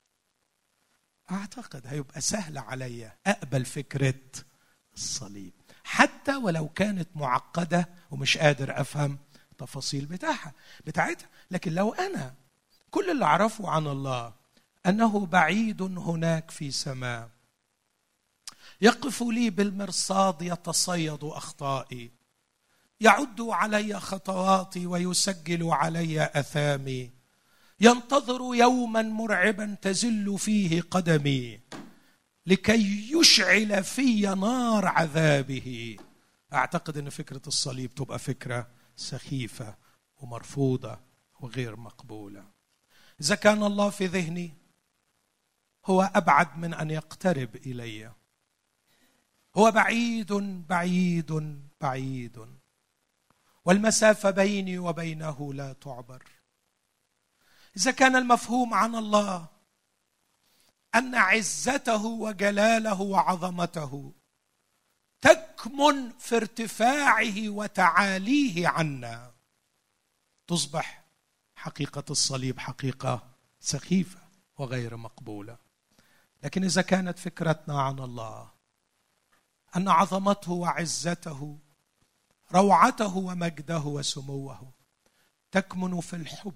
أعتقد هيبقى سهل علي أقبل فكرة الصليب، حتى ولو كانت معقدة ومش قادر أفهم تفاصيل بتاعها بتاعتها. لكن لو أنا كل اللي أعرفه عن الله أنه بعيد هناك في سماء يقف لي بالمرصاد يتصيد أخطائي، يعد علي خطواتي ويسجل علي أثامي، ينتظر يوما مرعبا تزل فيه قدمي لكي يشعل في نار عذابه. أعتقد أن فكرة الصليب تبقى فكرة سخيفة ومرفوضة وغير مقبولة. إذا كان الله في ذهني هو أبعد من أن يقترب إلي، هو بعيد بعيد بعيد، والمسافة بيني وبينه لا تعبر. إذا كان المفهوم عن الله أن عزته وجلاله وعظمته تكمن في ارتفاعه وتعاليه عنا، تصبح حقيقة الصليب حقيقة سخيفة وغير مقبولة. لكن إذا كانت فكرتنا عن الله أن عظمته وعزته، روعته ومجده وسموه تكمن في الحب،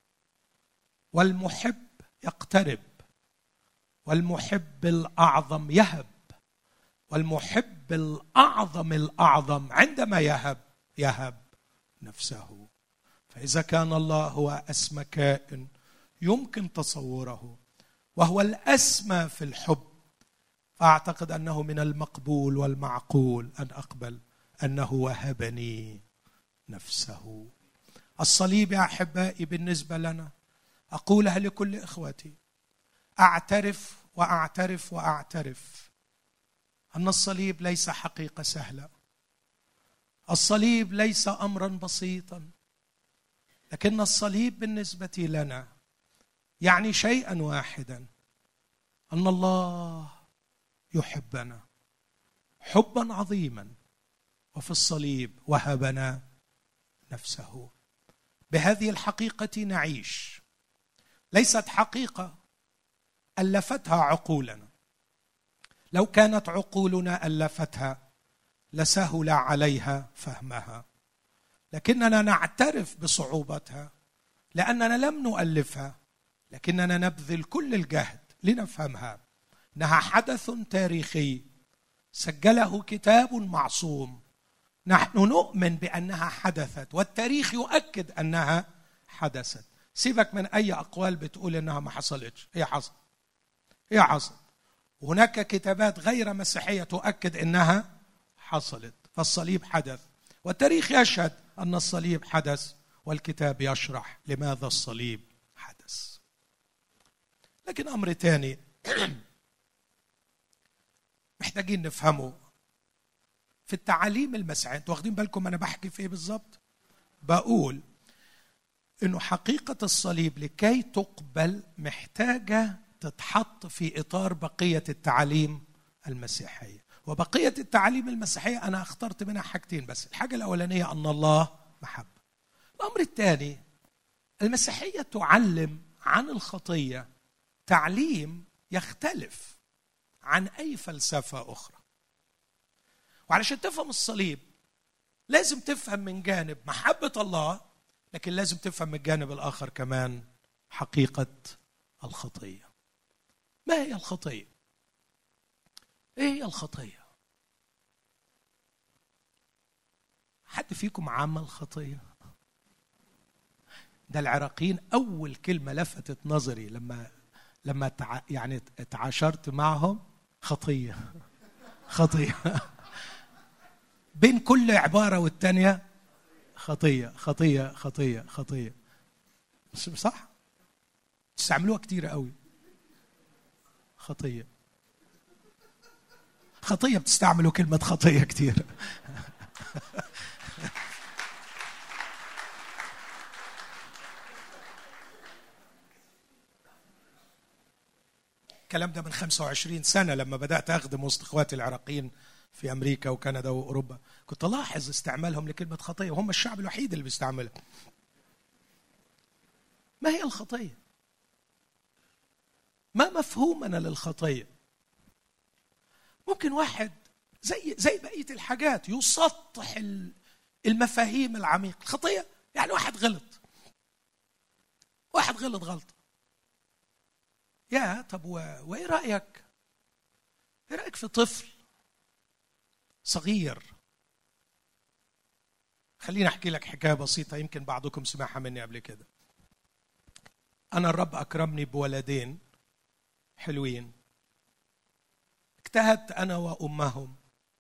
والمحب يقترب، والمحب الأعظم يهب، والمحب الأعظم الأعظم عندما يهب يهب نفسه. فإذا كان الله هو أسمى كائن يمكن تصوره وهو الأسمى في الحب، فأعتقد أنه من المقبول والمعقول أن أقبل أنه وهبني نفسه. الصليب يا أحبائي بالنسبة لنا، أقولها لكل إخوتي، أعترف وأعترف وأعترف أن الصليب ليس حقيقة سهلة، الصليب ليس أمرا بسيطا، لكن الصليب بالنسبة لنا يعني شيئا واحدا، أن الله يحبنا حبا عظيما، وفي الصليب وهبنا نفسه. بهذه الحقيقة نعيش، ليست حقيقة ألفتها عقولنا، لو كانت عقولنا ألفتها لسهل عليها فهمها، لكننا نعترف بصعوبتها لأننا لم نؤلفها، لكننا نبذل كل الجهد لنفهمها. إنها حدث تاريخي سجله كتاب معصوم، نحن نؤمن بأنها حدثت، والتاريخ يؤكد أنها حدثت. سيبك من أي أقوال بتقول أنها ما حصلتش، هي حصلت، هي حصلت. هناك كتابات غير مسيحية تؤكد أنها حصلت. فالصليب حدث، والتاريخ يشهد أن الصليب حدث، والكتاب يشرح لماذا الصليب حدث. لكن أمر تاني محتاجين نفهمه في التعاليم المسيحية. انتوا واخدين بالكم أنا بحكي في إيه بالضبط؟ بقول إنه حقيقة الصليب لكي تقبل محتاجة تتحط في إطار بقية التعاليم المسيحية. وبقية التعاليم المسيحية أنا اخترت منها حاجتين بس. الحاجة الأولانية أن الله محبة. الأمر الثاني، المسيحية تعلم عن الخطية تعليم يختلف عن أي فلسفة أخرى. وعلشان تفهم الصليب لازم تفهم من جانب محبة الله، لكن لازم تفهم من الجانب الآخر كمان حقيقة الخطية. ما هي الخطية؟ إيه هي الخطية؟ حد فيكم عمل خطية؟ ده العراقيين أول كلمة لفتت نظري لما لما تع... يعني تعاشرت معهم، خطية خطية بين كل عبارة والتانية خطية خطية خطية خطية. مش صح؟ تستعملوها كتير قوي. خطية خطية بتستعملوا كلمة خطية كتير. الكلام ده من خمسة وعشرين سنة لما بدأت أخدم وسط إخواتي العراقيين في أمريكا وكندا وأوروبا، كنت ألاحظ استعمالهم لكلمة خطية، وهم الشعب الوحيد اللي بيستعملها. ما هي الخطية؟ ما مفهومنا للخطية؟ ممكن واحد زي زي بقية الحاجات يسطح المفاهيم العميقة. الخطية يعني واحد غلط، واحد غلط غلطة. يا طب وإيه رأيك؟ إيه رأيك في طفل صغير. خليني أحكي لك حكاية بسيطة يمكن بعضكم سمعها مني قبل كده. أنا الرب أكرمني بولدين حلوين، اجتهدت أنا وأمهم،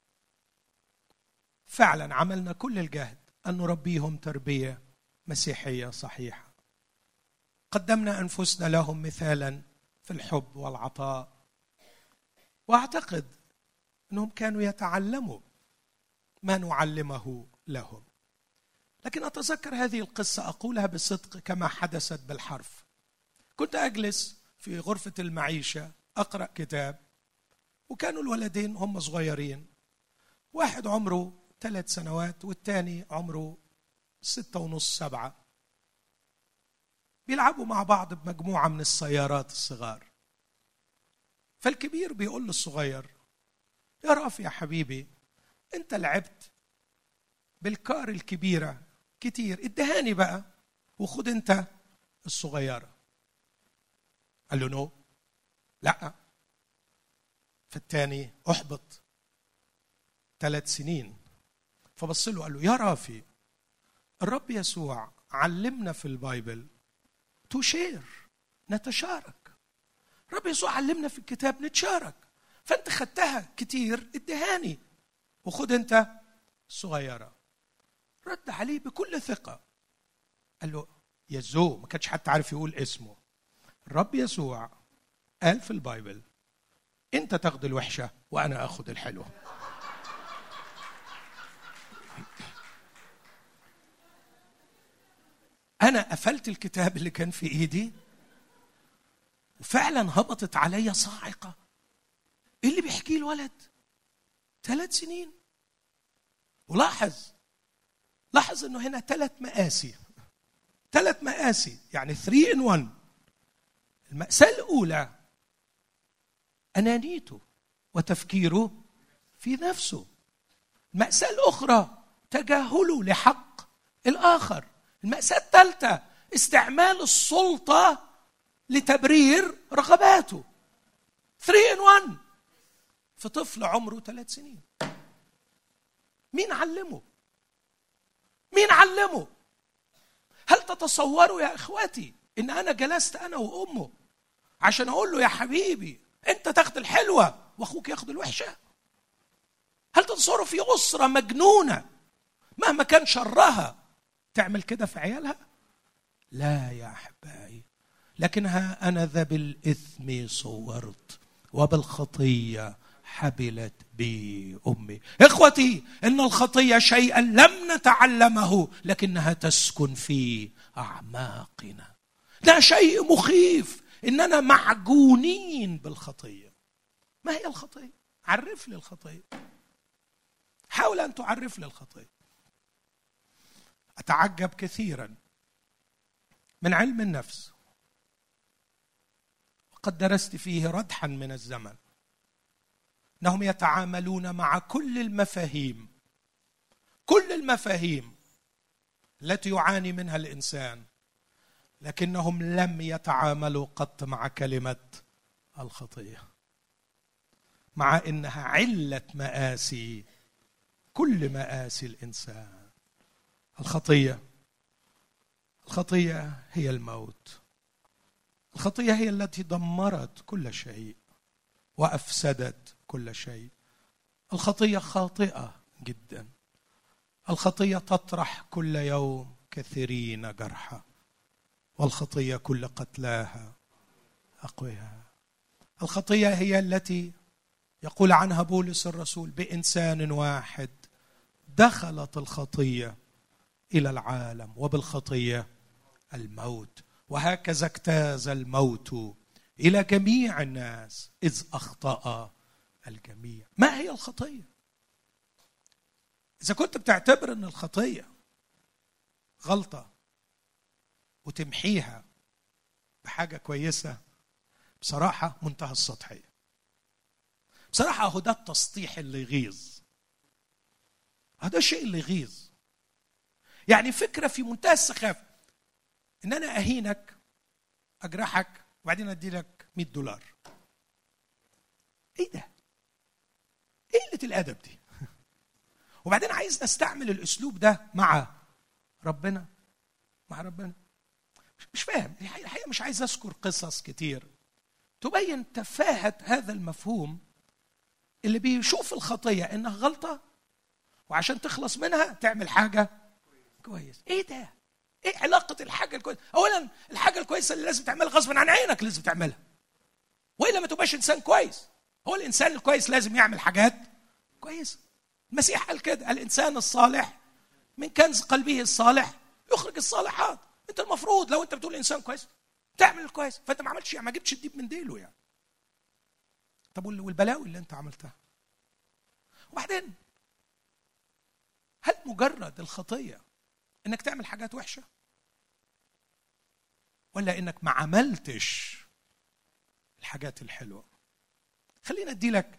فعلا عملنا كل الجهد أن نربيهم تربية مسيحية صحيحة. قدمنا أنفسنا لهم مثالا في الحب والعطاء، وأعتقد أنهم كانوا يتعلموا ما نعلمه لهم. لكن أتذكر هذه القصة أقولها بصدق كما حدثت بالحرف. كنت أجلس في غرفة المعيشة أقرأ كتاب، وكانوا الولدين هم صغيرين، واحد عمره ثلاث سنوات والتاني عمره ستة ونص سبعة، بيلعبوا مع بعض بمجموعة من السيارات الصغار. فالكبير بيقول للصغير: يا رأف يا حبيبي، انت لعبت بالكار الكبيرة كتير، ادهاني بقى وخد انت الصغيرة. قال له نو، لا. فالتاني احبط، ثلاث سنين. فبص له قال له: يا رافي، الرب يسوع علمنا في البايبل تشير، نتشارك. الرب يسوع علمنا في الكتاب نتشارك، فانت خدتها كتير، ادهاني وخد انت الصغيرة. رد عليه بكل ثقة قال له: يزو، ما كانش حتى عارف يقول اسمه، الرب يسوع قال في البايبل انت تاخد الوحشة وانا اخد الحلوة. انا قفلت الكتاب اللي كان في ايدي، وفعلا هبطت عليا صاعقة. ايه اللي بيحكيه الولد؟ ثلاث سنين. ولاحظ لاحظ انه هنا ثلاث مقاسي، ثلاث مقاسي يعني ثري ان ون. المأساة الأولى أنانيته وتفكيره في نفسه. المأساة الأخرى تجاهله لحق الآخر. المأساة الثالثة استعمال السلطة لتبرير رغباته. ثري ان ون في طفل عمره ثلاث سنين. مين علمه؟ مين علمه؟ هل تتصوروا يا إخواتي إن أنا جلست أنا وأمه عشان أقول له: يا حبيبي أنت تاخد الحلوة وأخوك ياخد الوحشة؟ هل تتصوروا في أسرة مجنونة مهما كان شرها تعمل كده في عيالها؟ لا يا أحبائي. لكنها أنا ذا بالإثم صورت وبالخطية حبلت بي أمي. إخوتي، إن الخطية شيئا لم نتعلمه لكنها تسكن في أعماقنا. ده شيء مخيف إننا معجونين بالخطية. ما هي الخطية؟ عرف لي الخطية. حاول أن تعرف لي الخطية. أتعجب كثيرا من علم النفس، وقد درست فيه ردحا من الزمن، أنهم يتعاملون مع كل المفاهيم كل المفاهيم التي يعاني منها الإنسان، لكنهم لم يتعاملوا قط مع كلمة الخطية، مع إنها علة مآسي كل مآسي الإنسان. الخطية الخطية هي الموت. الخطية هي التي دمرت كل شيء وأفسدت كل شيء. الخطية خاطئة جدا. الخطية تطرح كل يوم كثيرين جرحى، والخطية كل قتلاها أقوياء. الخطية هي التي يقول عنها بولس الرسول: بإنسان واحد دخلت الخطية إلى العالم وبالخطية الموت، وهكذا اجتاز الموت إلى جميع الناس إذ أخطأ الجميع. ما هي الخطية؟ إذا كنت بتعتبر أن الخطية غلطة وتمحيها بحاجة كويسة، بصراحة منتهى السطحية. بصراحة هو ده التسطيح اللي يغيظ، هذا الشيء اللي يغيظ. يعني فكرة في منتهى السخافة إن أنا أهينك أجرحك وبعدين أدي لك مئة دولار. إيه ده؟ إيه قلة الأدب دي؟ وبعدين عايز نستعمل الاسلوب ده مع ربنا مع ربنا مش فاهم الحقيقه. مش عايز اذكر قصص كتير تبين تفاهه هذا المفهوم اللي بيشوف الخطيه انها غلطه وعشان تخلص منها تعمل حاجه كويس. ايه ده؟ ايه علاقه الحاجه الكويسه؟ اولا الحاجه الكويسه اللي لازم تعملها غصب عن عينك لازم تعملها، والا ما تبقاش انسان كويس. هو الانسان الكويس لازم يعمل حاجات كويسه. المسيح قال كده: الانسان الصالح من كنز قلبه الصالح يخرج الصالحات. انت المفروض لو انت بتقول انسان كويس تعمل الكويس، فانت ما عملتش يعني ما جبتش الديب من ديله يعني. طب والبلاوي اللي انت عملتها؟ وبعدين هل مجرد الخطيه انك تعمل حاجات وحشه، ولا انك ما عملتش الحاجات الحلوه؟ خلينا ادي لك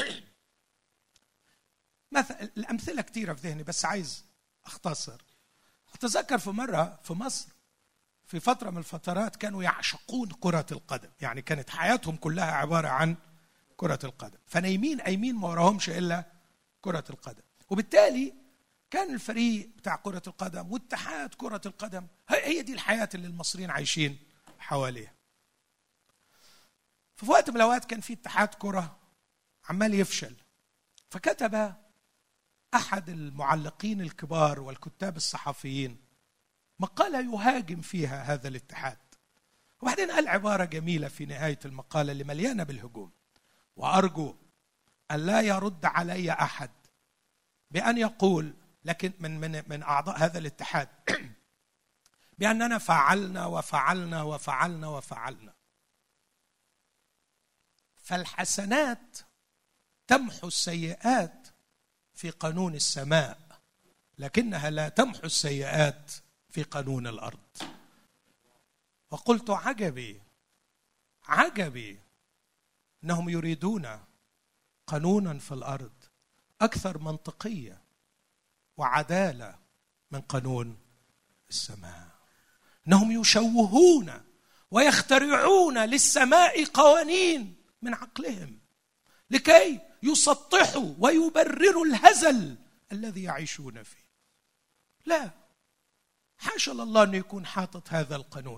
مثلا. الامثله كتيره في ذهني بس عايز اختصر. اتذكر في مره في مصر في فتره من الفترات كانوا يعشقون كره القدم، يعني كانت حياتهم كلها عباره عن كره القدم، فنايمين قايمين ما وراهمش الا كره القدم. وبالتالي كان الفريق بتاع كره القدم واتحاد كره القدم هي دي الحياه اللي المصريين عايشين حواليها. في وقت من الاوقات كان في اتحاد كره عمال يفشل، فكتب احد المعلقين الكبار والكتاب الصحفيين مقاله يهاجم فيها هذا الاتحاد، وبعدين قال عباره جميله في نهايه المقاله اللي مليانه بالهجوم: وارجو ان لا يرد علي احد بان يقول لكن من من من اعضاء هذا الاتحاد باننا فعلنا وفعلنا وفعلنا وفعلنا. فالحسنات تمحو السيئات في قانون السماء، لكنها لا تمحو السيئات في قانون الارض. وقلت عجبي عجبي انهم يريدون قانونا في الارض اكثر منطقيه وعداله من قانون السماء. انهم يشوهون ويخترعون للسماء قوانين من عقلهم لكي يسطحوا ويبرروا الهزل الذي يعيشون فيه. لا، حاشا لله أن يكون حاطط هذا القانون.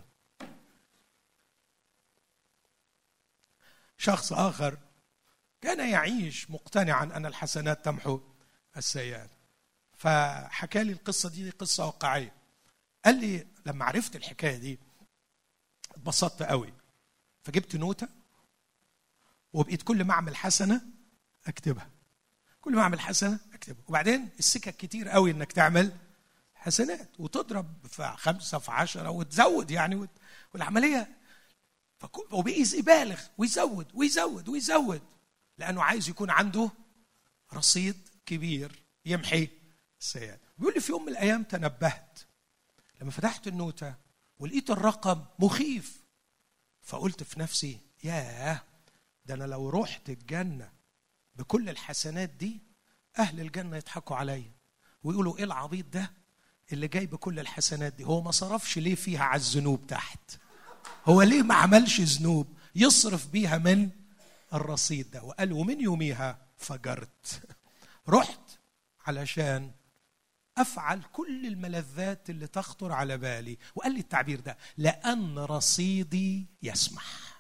شخص آخر كان يعيش مقتنعا أن الحسنات تمحو السيئات، فحكى لي القصة دي قصة واقعية. قال لي لما عرفت الحكاية دي اتبسطت قوي، فجبت نوتة وبقيت كل ما أعمل حسنة أكتبها، كل ما أعمل حسنة أكتبها. وبعدين السكك كتير قوي إنك تعمل حسنات وتضرب في خمسة في عشرة وتزود يعني، والعملية وبقي يبالغ ويزود ويزود ويزود لأنه عايز يكون عنده رصيد كبير يمحي السيئات. بيقول لي في يوم من الأيام تنبهت لما فتحت النوتة ولقيت الرقم مخيف، فقلت في نفسي ياه، ده أنا لو رحت الجنة بكل الحسنات دي أهل الجنة يضحكوا عليا ويقولوا إيه العبيط ده اللي جاي بكل الحسنات دي، هو ما صرفش ليه فيها على الذنوب تحت؟ هو ليه ما عملش ذنوب يصرف بيها من الرصيد ده؟ وقال ومن يوميها فجرت، رحت علشان أفعل كل الملذات اللي تخطر على بالي. وقال لي التعبير ده: لأن رصيدي يسمح.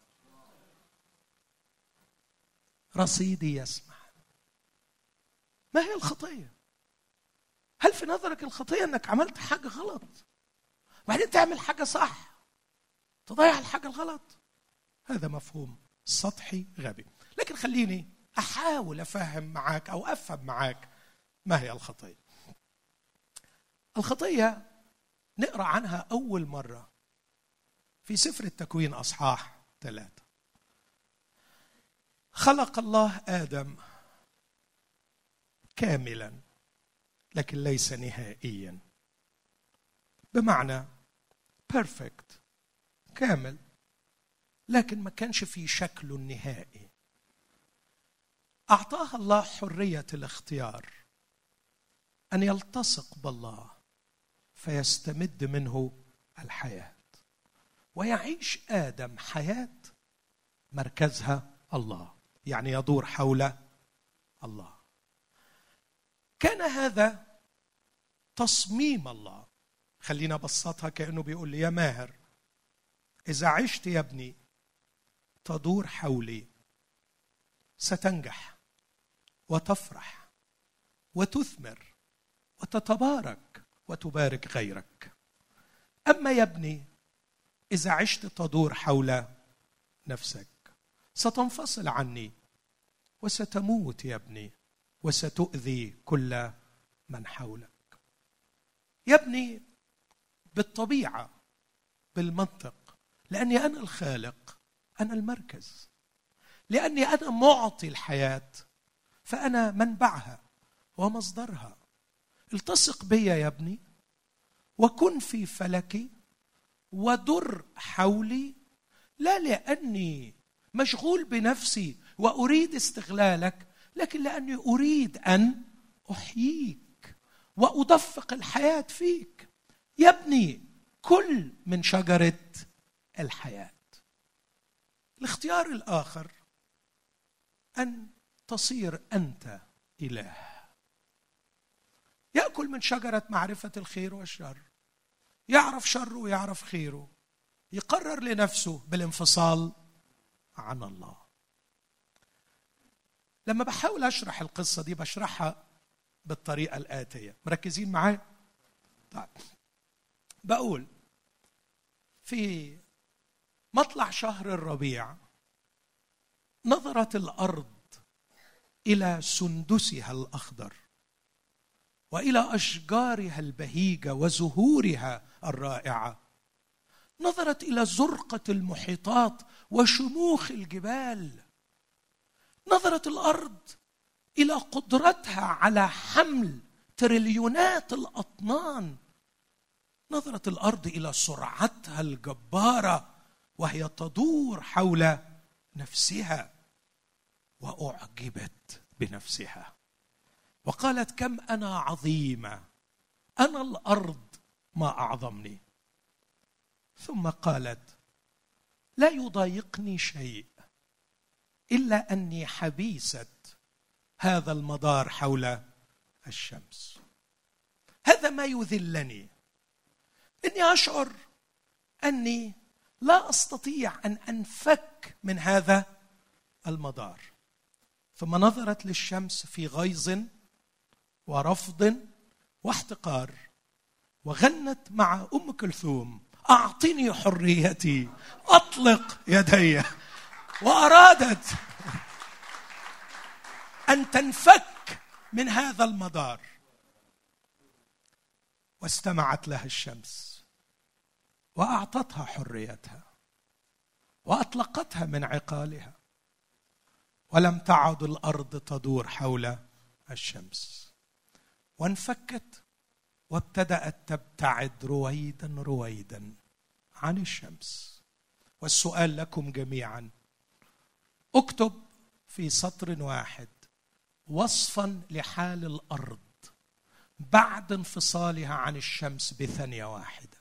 رصيدي يسمح. ما هي الخطية؟ هل في نظرك الخطية أنك عملت حاجة غلط وبعدين تعمل حاجة صح تضيع الحاجة الغلط؟ هذا مفهوم سطحي غبي. لكن خليني أحاول أفهم معاك أو أفهم معاك ما هي الخطية. الخطية نقرأ عنها أول مرة في سفر التكوين أصحاح ثلاثة. خلق الله آدم كاملا لكن ليس نهائيا، بمعنى perfect كامل لكن ما كانش في شكله النهائي. أعطاه الله حرية الاختيار أن يلتصق بالله فيستمد منه الحياة، ويعيش آدم حياة مركزها الله، يعني يدور حول الله. كان هذا تصميم الله. خلينا أبسطها كأنه بيقول لي: يا ماهر، إذا عشت يا ابني تدور حولي ستنجح وتفرح وتثمر وتتبارك وتبارك غيرك. أما يا ابني إذا عشت تدور حول نفسك ستنفصل عني وستموت يا ابني وستؤذي كل من حولك. يا ابني بالطبيعة بالمنطق، لأني أنا الخالق، أنا المركز، لأني أنا معطي الحياة، فأنا منبعها ومصدرها. التصق بي يا ابني وكن في فلكي ودر حولي، لا لأني مشغول بنفسي وأريد استغلالك، لكن لأني أريد أن أحييك وأدفق الحياة فيك. يا ابني كل من شجرة الحياة. الاختيار الآخر أن تصير أنت إله، يأكل من شجرة معرفة الخير والشر، يعرف شره ويعرف خيره، يقرر لنفسه بالانفصال عن الله. لما بحاول أشرح القصة دي بشرحها بالطريقة الآتية، مركزين معايا؟ طيب، بقول في مطلع شهر الربيع نظرت الأرض إلى سندسها الأخضر وإلى أشجارها البهيجة وزهورها الرائعة، نظرت إلى زرقة المحيطات وشموخ الجبال، نظرت الأرض إلى قدرتها على حمل تريليونات الأطنان، نظرت الأرض إلى سرعتها الجبارة وهي تدور حول نفسها، وأعجبت بنفسها وقالت: كم أنا عظيمة، أنا الأرض ما أعظمني. ثم قالت: لا يضايقني شيء إلا أني حبيسة هذا المدار حول الشمس. هذا ما يذلني، إني أشعر أني لا أستطيع أن أنفك من هذا المدار. ثم نظرت للشمس في غيظ ورفض واحتقار، وغنت مع أم كلثوم: أعطني حريتي، أطلق يدي. وأرادت أن تنفك من هذا المدار، واستمعت لها الشمس وأعطتها حريتها وأطلقتها من عقالها، ولم تعد الأرض تدور حول الشمس، وانفكت وابتدأت تبتعد رويدا رويدا عن الشمس. والسؤال لكم جميعا: اكتب في سطر واحد وصفا لحال الأرض بعد انفصالها عن الشمس بثانية واحدة.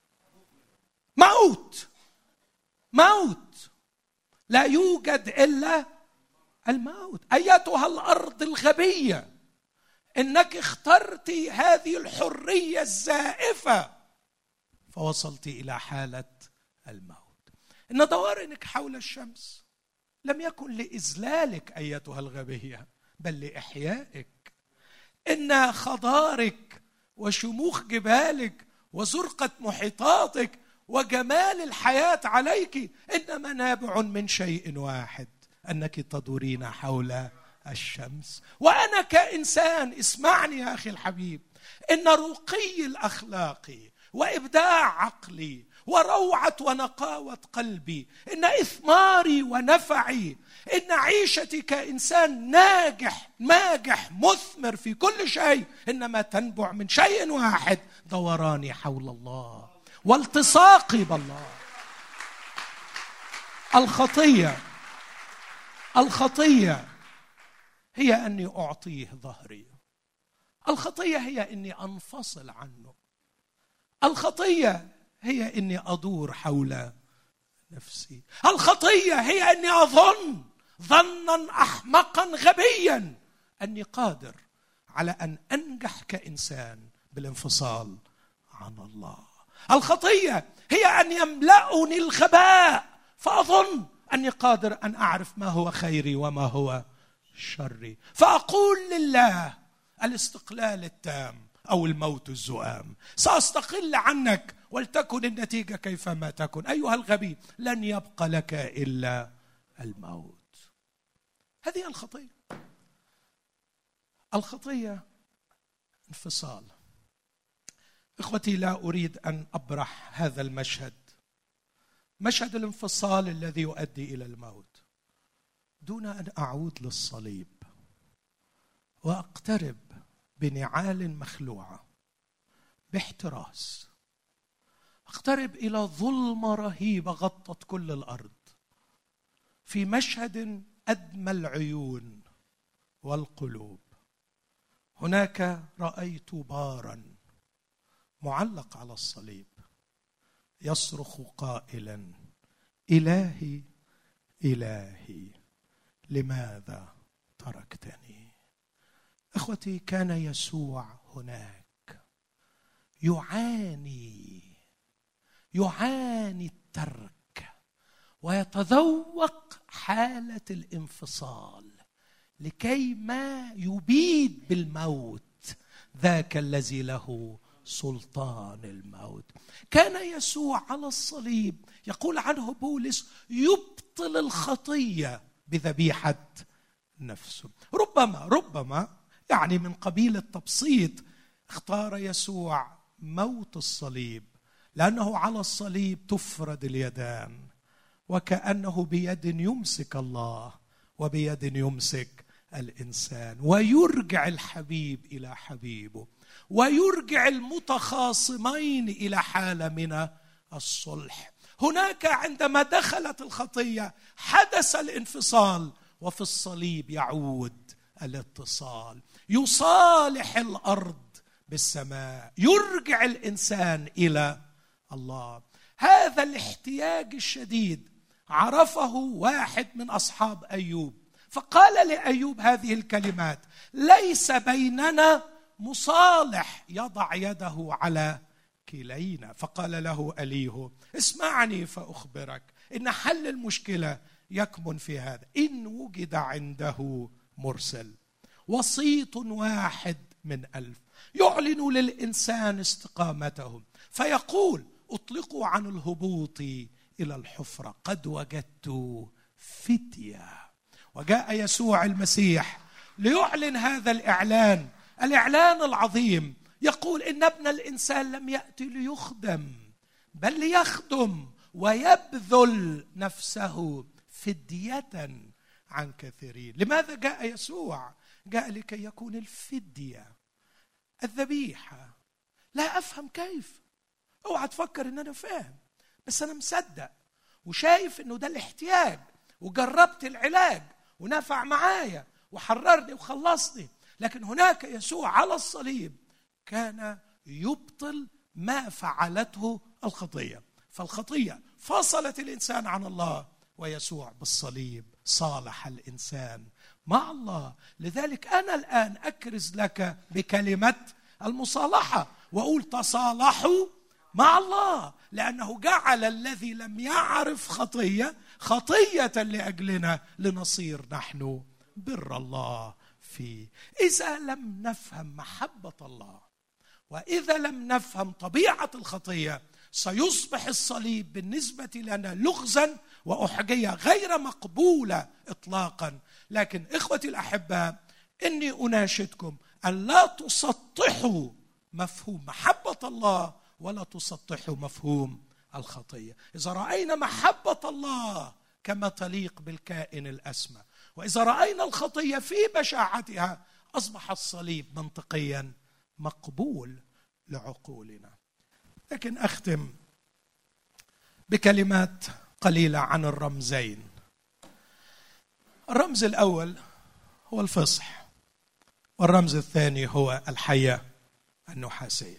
موت، موت، لا يوجد إلا الموت. أيتها الأرض الغبية، إنك اخترت هذه الحرية الزائفة فوصلت إلى حالة الموت. إن دورانك حول الشمس لم يكن لإذلالك أيتها الغبية، بل لإحيائك. إن خضارك وشموخ جبالك وزرقة محيطاتك وجمال الحياة عليك إنما نابع من شيء واحد: أنك تدورين حول الشمس. وأنا كإنسان، اسمعني يا أخي الحبيب، إن رقي الأخلاقي وإبداع عقلي وروعة ونقاوة قلبي، إن إثماري ونفعي، إن عيشتي كإنسان ناجح ماجح مثمر في كل شيء، إنما تنبع من شيء واحد: دوراني حول الله والتصاقي بالله. الخطية الخطية هي أني أعطيه ظهري، الخطية هي أني أنفصل عنه، الخطية هي أني أدور حول نفسي، الخطية هي أني أظن ظنا أحمقا غبيا أني قادر على أن أنجح كإنسان بالانفصال عن الله. الخطية هي أن يملأني الغباء فأظن أني قادر أن أعرف ما هو خيري وما هو شري، فأقول لله الاستقلال التام أو الموت الزؤام، سأستقل عنك ولتكن النتيجة كيفما تكن. أيها الغبي، لن يبقى لك إلا الموت. هذه الخطية. الخطية انفصال. إخوتي، لا أريد أن أبرح هذا المشهد، مشهد الانفصال الذي يؤدي إلى الموت، دون أن أعود للصليب وأقترب بنعال مخلوعة باحتراس، أقترب إلى ظلمة رهيبة غطت كل الأرض، في مشهد أدمى العيون والقلوب. هناك رأيت بارا معلق على الصليب يصرخ قائلا: إلهي إلهي لماذا تركتني؟ أخوتي، كان يسوع هناك يعاني يعاني الترك ويتذوق حالة الانفصال لكي ما يبيد بالموت ذاك الذي له سلطان الموت. كان يسوع على الصليب، يقول عنه بولس، يبطل الخطية بذبيحة نفسه. ربما ربما يعني من قبيل التبسيط اختار يسوع موت الصليب لأنه على الصليب تفرد اليدان، وكأنه بيد يمسك الله وبيد يمسك الإنسان، ويرجع الحبيب إلى حبيبه، ويرجع المتخاصمين إلى حالة من الصلح. هناك عندما دخلت الخطية حدث الانفصال، وفي الصليب يعود الاتصال، يصالح الأرض بالسماء، يرجع الإنسان إلى الله. هذا الاحتياج الشديد عرفه واحد من أصحاب أيوب، فقال لأيوب هذه الكلمات: ليس بيننا مصالح يضع يده على كلينا. فقال له أليه: اسمعني فأخبرك إن حل المشكلة يكمن في هذا: إن وجد عنده مرسل، وسيط واحد من ألف، يعلن للإنسان استقامته، فيقول: اطلقوا عن الهبوط إلى الحفرة، قد وجدت فدية. وجاء يسوع المسيح ليعلن هذا الإعلان، الإعلان العظيم، يقول: إن ابن الإنسان لم يأتي ليخدم بل ليخدم ويبذل نفسه فدية عن كثيرين. لماذا جاء يسوع؟ جاء لكي يكون الفدية، الذبيحة. لا أفهم كيف، اوعى تفكر إن أنا فاهم، بس أنا مصدق وشايف إنه ده الاحتياج، وجربت العلاج ونفع معايا وحررني وخلصني. لكن هناك يسوع على الصليب كان يبطل ما فعلته الخطية. فالخطية فصلت الإنسان عن الله، ويسوع بالصليب صالح الإنسان مع الله. لذلك أنا الآن أكرز لك بكلمة المصالحة وأقول: تصالحوا مع الله، لأنه جعل الذي لم يعرف خطية خطية لأجلنا لنصير نحن بر الله فيه. إذا لم نفهم محبة الله، وإذا لم نفهم طبيعة الخطية، سيصبح الصليب بالنسبة لنا لغزا وأحجية غير مقبولة إطلاقا. لكن إخوتي الأحباء، إني أناشدكم أن لا تسطحوا مفهوم محبة الله ولا تسطحوا مفهوم الخطية. إذا رأينا محبة الله كما تليق بالكائن الأسمى، وإذا رأينا الخطية في بشاعتها، أصبح الصليب منطقيا مقبول لعقولنا. لكن أختم بكلمات قليلة عن الرمزين. الرمز الأول هو الفصح، والرمز الثاني هو الحية النحاسية.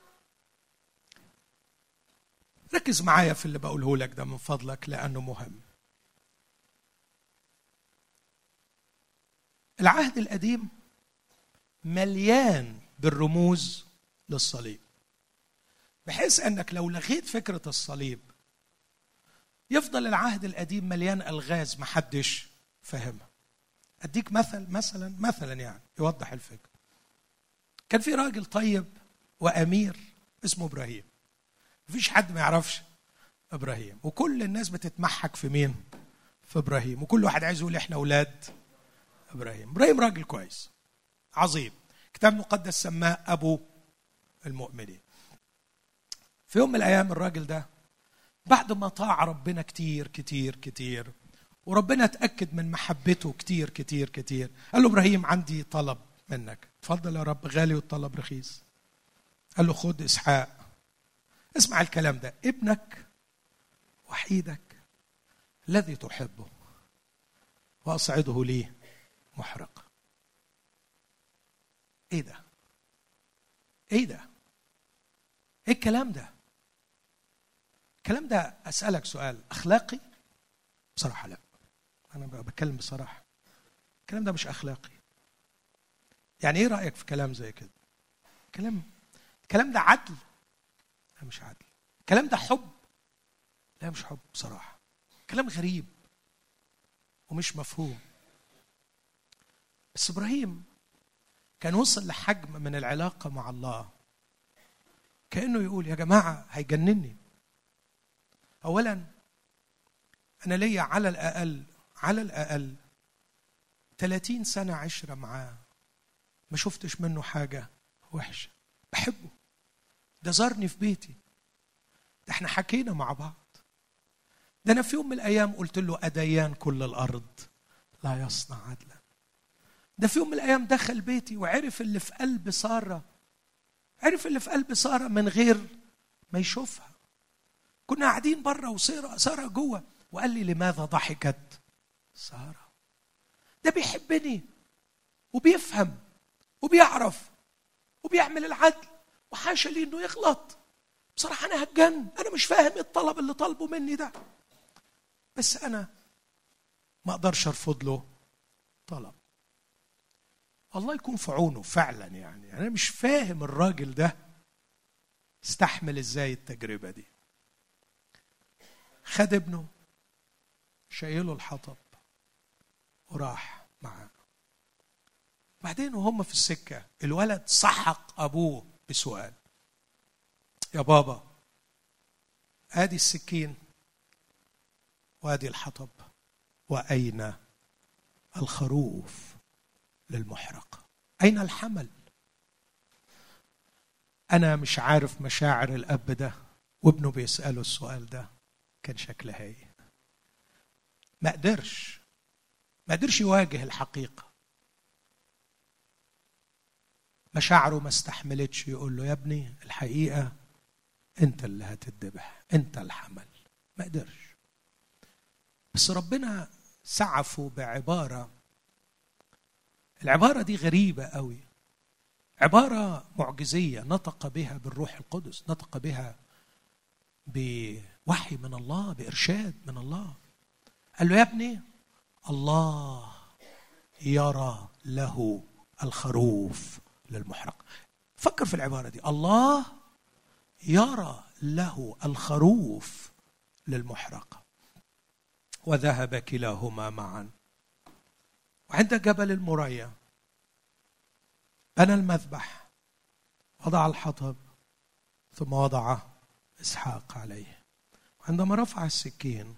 ركز معايا في اللي بقوله لك ده من فضلك، لأنه مهم. العهد القديم مليان بالرموز للصليب، بحيث أنك لو لغيت فكرة الصليب يفضل العهد القديم مليان ألغاز محدش فهمها. أديك مثل مثلا مثلا يعني يوضح الفكرة. كان في راجل طيب وأمير اسمه إبراهيم. مفيش حد ما يعرفش إبراهيم، وكل الناس بتتمحك في مين؟ في إبراهيم، وكل واحد عايز يقول إحنا أولاد إبراهيم. إبراهيم راجل كويس عظيم، الكتاب المقدس سماه أبو المؤمنين. في يوم من الأيام الراجل ده بعد ما طاع ربنا كتير كتير كتير، وربنا اتأكد من محبته كتير كتير كتير، قال له إبراهيم عندي طلب منك. اتفضل يا رب، غالي والطلب رخيص. قال له خد إسحاق. اسمع الكلام ده، ابنك وحيدك الذي تحبه وأصعده لي محرقة. ايه ده؟ ايه ده؟ ايه الكلام ده؟ الكلام ده أسألك سؤال أخلاقي؟ بصراحة لا، أنا بتكلم بصراحة، الكلام ده مش أخلاقي. يعني إيه رأيك في كلام زي كده؟ كلام الكلام ده عدل؟ لا مش عدل. الكلام ده حب؟ لا مش حب بصراحة. كلام غريب ومش مفهوم. بس إبراهيم كان وصل لحجم من العلاقة مع الله كأنه يقول يا جماعة هيجنني. أولا أنا ليا على الأقل على الأقل ثلاثين سنة عشرة معاه، ما شفتش منه حاجة وحشة، بحبه، ده زارني في بيتي، ده احنا حكينا مع بعض، ده أنا في يوم من الأيام قلت له أديان كل الأرض لا يصنع عدلا، ده في يوم من الأيام دخل بيتي وعرف اللي في قلب سارة، عرف اللي في قلب سارة من غير ما يشوفها. كنا قاعدين بره وسارة سارة جوه، وقال لي لماذا ضحكت سارة؟ ده بيحبني وبيفهم وبيعرف وبيعمل العدل، وحاشا لي انه يغلط. بصراحة انا هتجن، انا مش فاهم الطلب اللي طالبه مني ده، بس انا ما اقدرش ارفض له طلب. الله يكون في عونه فعلا. يعني انا مش فاهم الراجل ده استحمل ازاي التجربة دي. خد ابنه شايله الحطب وراح معاه. بعدين وهم في السكة الولد صحق أبوه بسؤال، يا بابا آدي السكين وآدي الحطب، وأين الخروف للمحرقة؟ أين الحمل؟ أنا مش عارف مشاعر الأب ده وابنه بيسأله السؤال ده كان شكلها ايه. ما قدرش ما قدرش يواجه الحقيقة. مشاعره ما استحملتش يقول له يا ابني الحقيقة انت اللي هتتذبح، انت الحمل. ما قدرش. بس ربنا سعفه بعبارة، العبارة دي غريبة قوي، عبارة معجزية نطق بها بالروح القدس، نطق بها بوحي من الله، بإرشاد من الله. قال له يا ابني الله يرى له الخروف للمحرقة. فكر في العبارة دي، الله يرى له الخروف للمحرقة. وذهب كلاهما معا، وعند جبل المريا بنى المذبح، وضع الحطب، ثم وضع إسحاق عليه. وعندما رفع السكين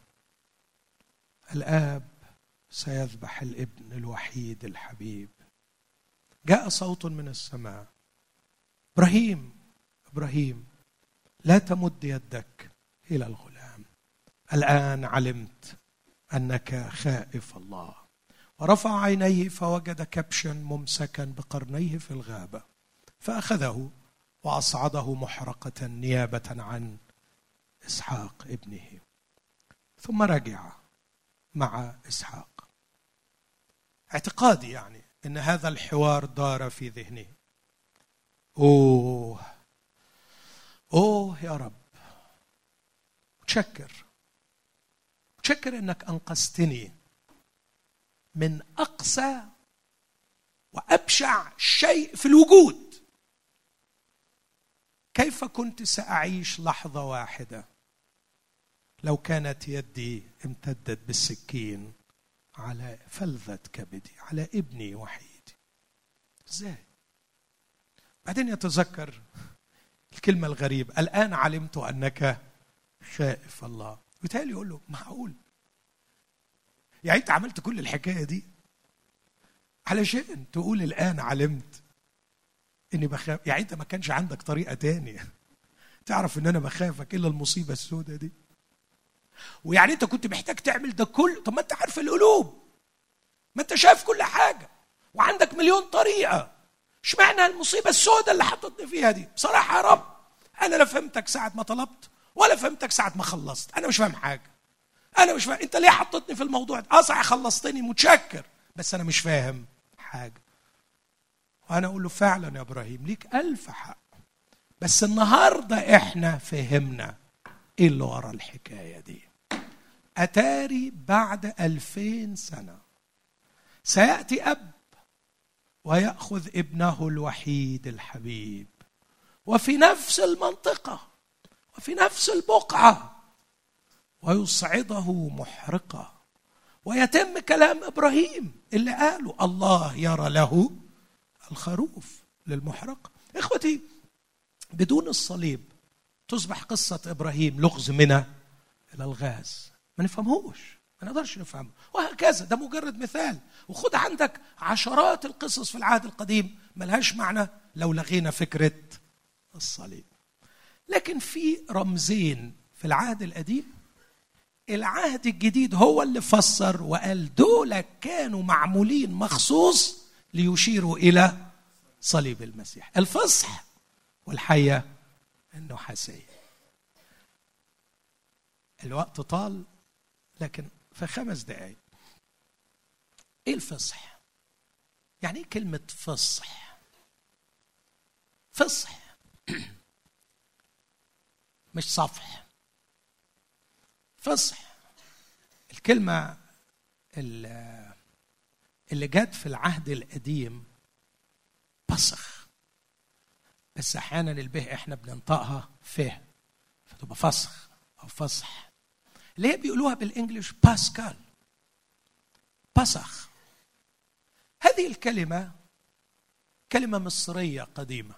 الآب سيذبح الابن الوحيد الحبيب، جاء صوت من السماء، إبراهيم إبراهيم لا تمد يدك إلى الغلام، الآن علمت أنك خائف الله. ورفع عينيه فوجد كبشا ممسكا بقرنيه في الغابة، فأخذه وأصعده محرقة نيابة عن إسحاق ابنه، ثم رجع مع إسحاق. اعتقادي يعني أن هذا الحوار دار في ذهنه، أوه أوه يا رب، متشكر متشكر أنك أنقذتني من أقسى وأبشع شيء في الوجود. كيف كنت سأعيش لحظة واحدة لو كانت يدي امتدت بالسكين على فلذة كبدي، على ابني وحيدي؟ ازاي؟ بعدين يتذكر الكلمة الغريبة: الآن علمت أنك خائف الله. وبالتالي يقول له: معقول؟ يعني أنت عملت كل الحكاية دي علشان تقول الآن علمت إني بخاف؟ يعني أنت ما كانش عندك طريقة تانية تعرف إن أنا بخافك إلا المصيبة السوداء دي؟ ويعني أنت كنت محتاج تعمل ده كله؟ طب ما أنت عارف القلوب، ما أنت شايف كل حاجة وعندك مليون طريقة، اشمعنى المصيبة السوداء اللي حطتني فيها دي؟ بصراحة يا رب أنا لا فهمتك ساعة ما طلبت ولا فهمتك ساعة ما خلصت. أنا مش فاهم حاجة، أنا مش فاهم أنت ليه حطتني في الموضوع ده. أه صحيح خلصتني، متشكر، بس أنا مش فاهم حاجة. وأنا أقول له: فعلا يا إبراهيم ليك ألف حق، بس النهاردة إحنا فهمنا إيه اللي ورا الحكاية دي. أتاري بعد ألفين سنة سيأتي أب ويأخذ ابنه الوحيد الحبيب، وفي نفس المنطقة وفي نفس البقعة، ويصعده محرقة، ويتم كلام إبراهيم اللي قاله: الله يرى له الخروف للمحرقة. إخوتي، بدون الصليب تصبح قصة إبراهيم لغز من الألغاز، ما نفهمهوش، ما نقدرش نفهمه، وهكذا. ده مجرد مثال، وخد عندك عشرات القصص في العهد القديم ملهاش معنى لو لغينا فكرة الصليب. لكن في رمزين في العهد القديم العهد الجديد هو اللي فسر وقال دول كانوا معمولين مخصوص ليشيروا إلى صليب المسيح: الفصح والحية النحاسية. الوقت طال، لكن في خمس دقائق. ايه الفصح؟ يعني ايه كلمة فصح؟ فصح مش صفح. فصح الكلمة اللي جت في العهد القديم بصخ، بس احيانا البه احنا بننطقها فه فتبقى فصخ او فصح، اللي هي بيقولوها بالانجليش باسكال، بصخ. هذه الكلمة كلمة مصرية قديمة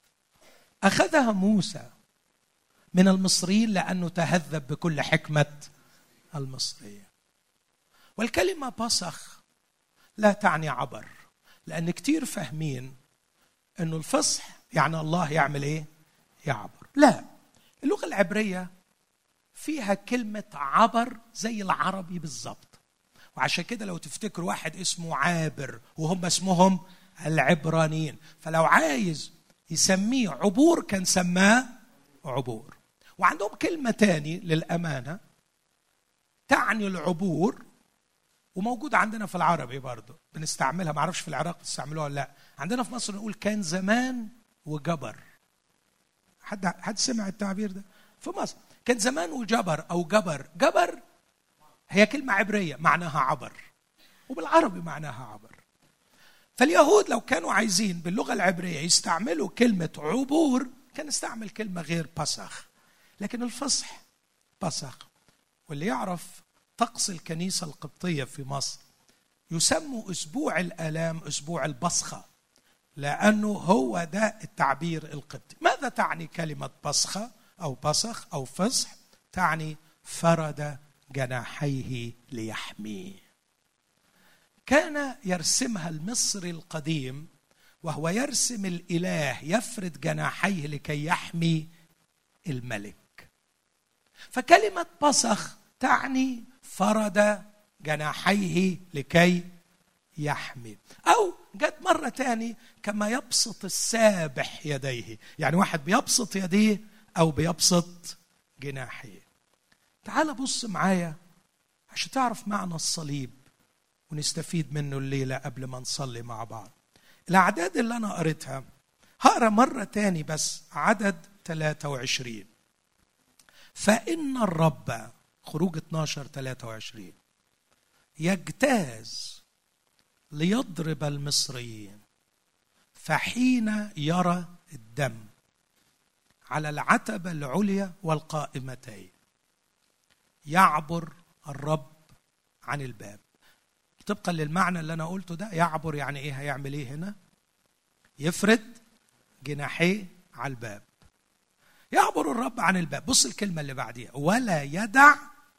أخذها موسى من المصريين لأنه تهذب بكل حكمة المصرية. والكلمة بصخ لا تعني عبر، لأن كتير فاهمين أنه الفصح يعني الله يعمل إيه؟ يعبر. لا، اللغة العبرية فيها كلمة عبر زي العربي بالضبط، وعشان كده لو تفتكروا واحد اسمه عابر وهم اسمهم العبرانيين، فلو عايز يسميه عبور كان سماه عبور. وعندهم كلمة تاني للأمانة تعني العبور، وموجودة عندنا في العربي برضو بنستعملها، معرفش في العراق بتستعملوها ولا لا. عندنا في مصر نقول كان زمان وجبر. حد حد سمع التعبير ده؟ في مصر كان زمان وجبر أو جبر. جبر هي كلمة عبرية معناها عبر، وبالعربي معناها عبر. فاليهود لو كانوا عايزين باللغة العبرية يستعملوا كلمة عبور كان استعمل كلمة غير بصخ، لكن الفصح بصخ. واللي يعرف طقس الكنيسة القبطية في مصر يسموا أسبوع الآلام أسبوع البصخة، لأنه هو ده التعبير القبطي. ماذا تعني كلمة بصخة أو بصخ أو فصح؟ تعني فرد جناحيه ليحميه. كان يرسمها المصري القديم وهو يرسم الإله يفرد جناحيه لكي يحمي الملك. فكلمة بصخ تعني فرد جناحيه لكي يحمي. أو جت مرة تاني كما يبسط السابح يديه، يعني واحد بيبسط يديه أو بيبسط جناحيه. تعال بص معايا عشان تعرف معنى الصليب ونستفيد منه الليلة قبل ما نصلي مع بعض. الأعداد اللي أنا قريتها هقرأ مرة تاني بس عدد ثلاثة وعشرين. فإن الرب، خروج اثناشر ثلاثة وعشرين، يجتاز ليضرب المصريين، فحين يرى الدم على العتبة العليا والقائمتين يعبر الرب عن الباب. طبقا للمعنى اللي أنا قلته ده، يعبر يعني إيه؟ هيعمل إيه هنا؟ يفرد جناحيه على الباب. يعبر الرب عن الباب. بص الكلمة اللي بعديها، ولا يدع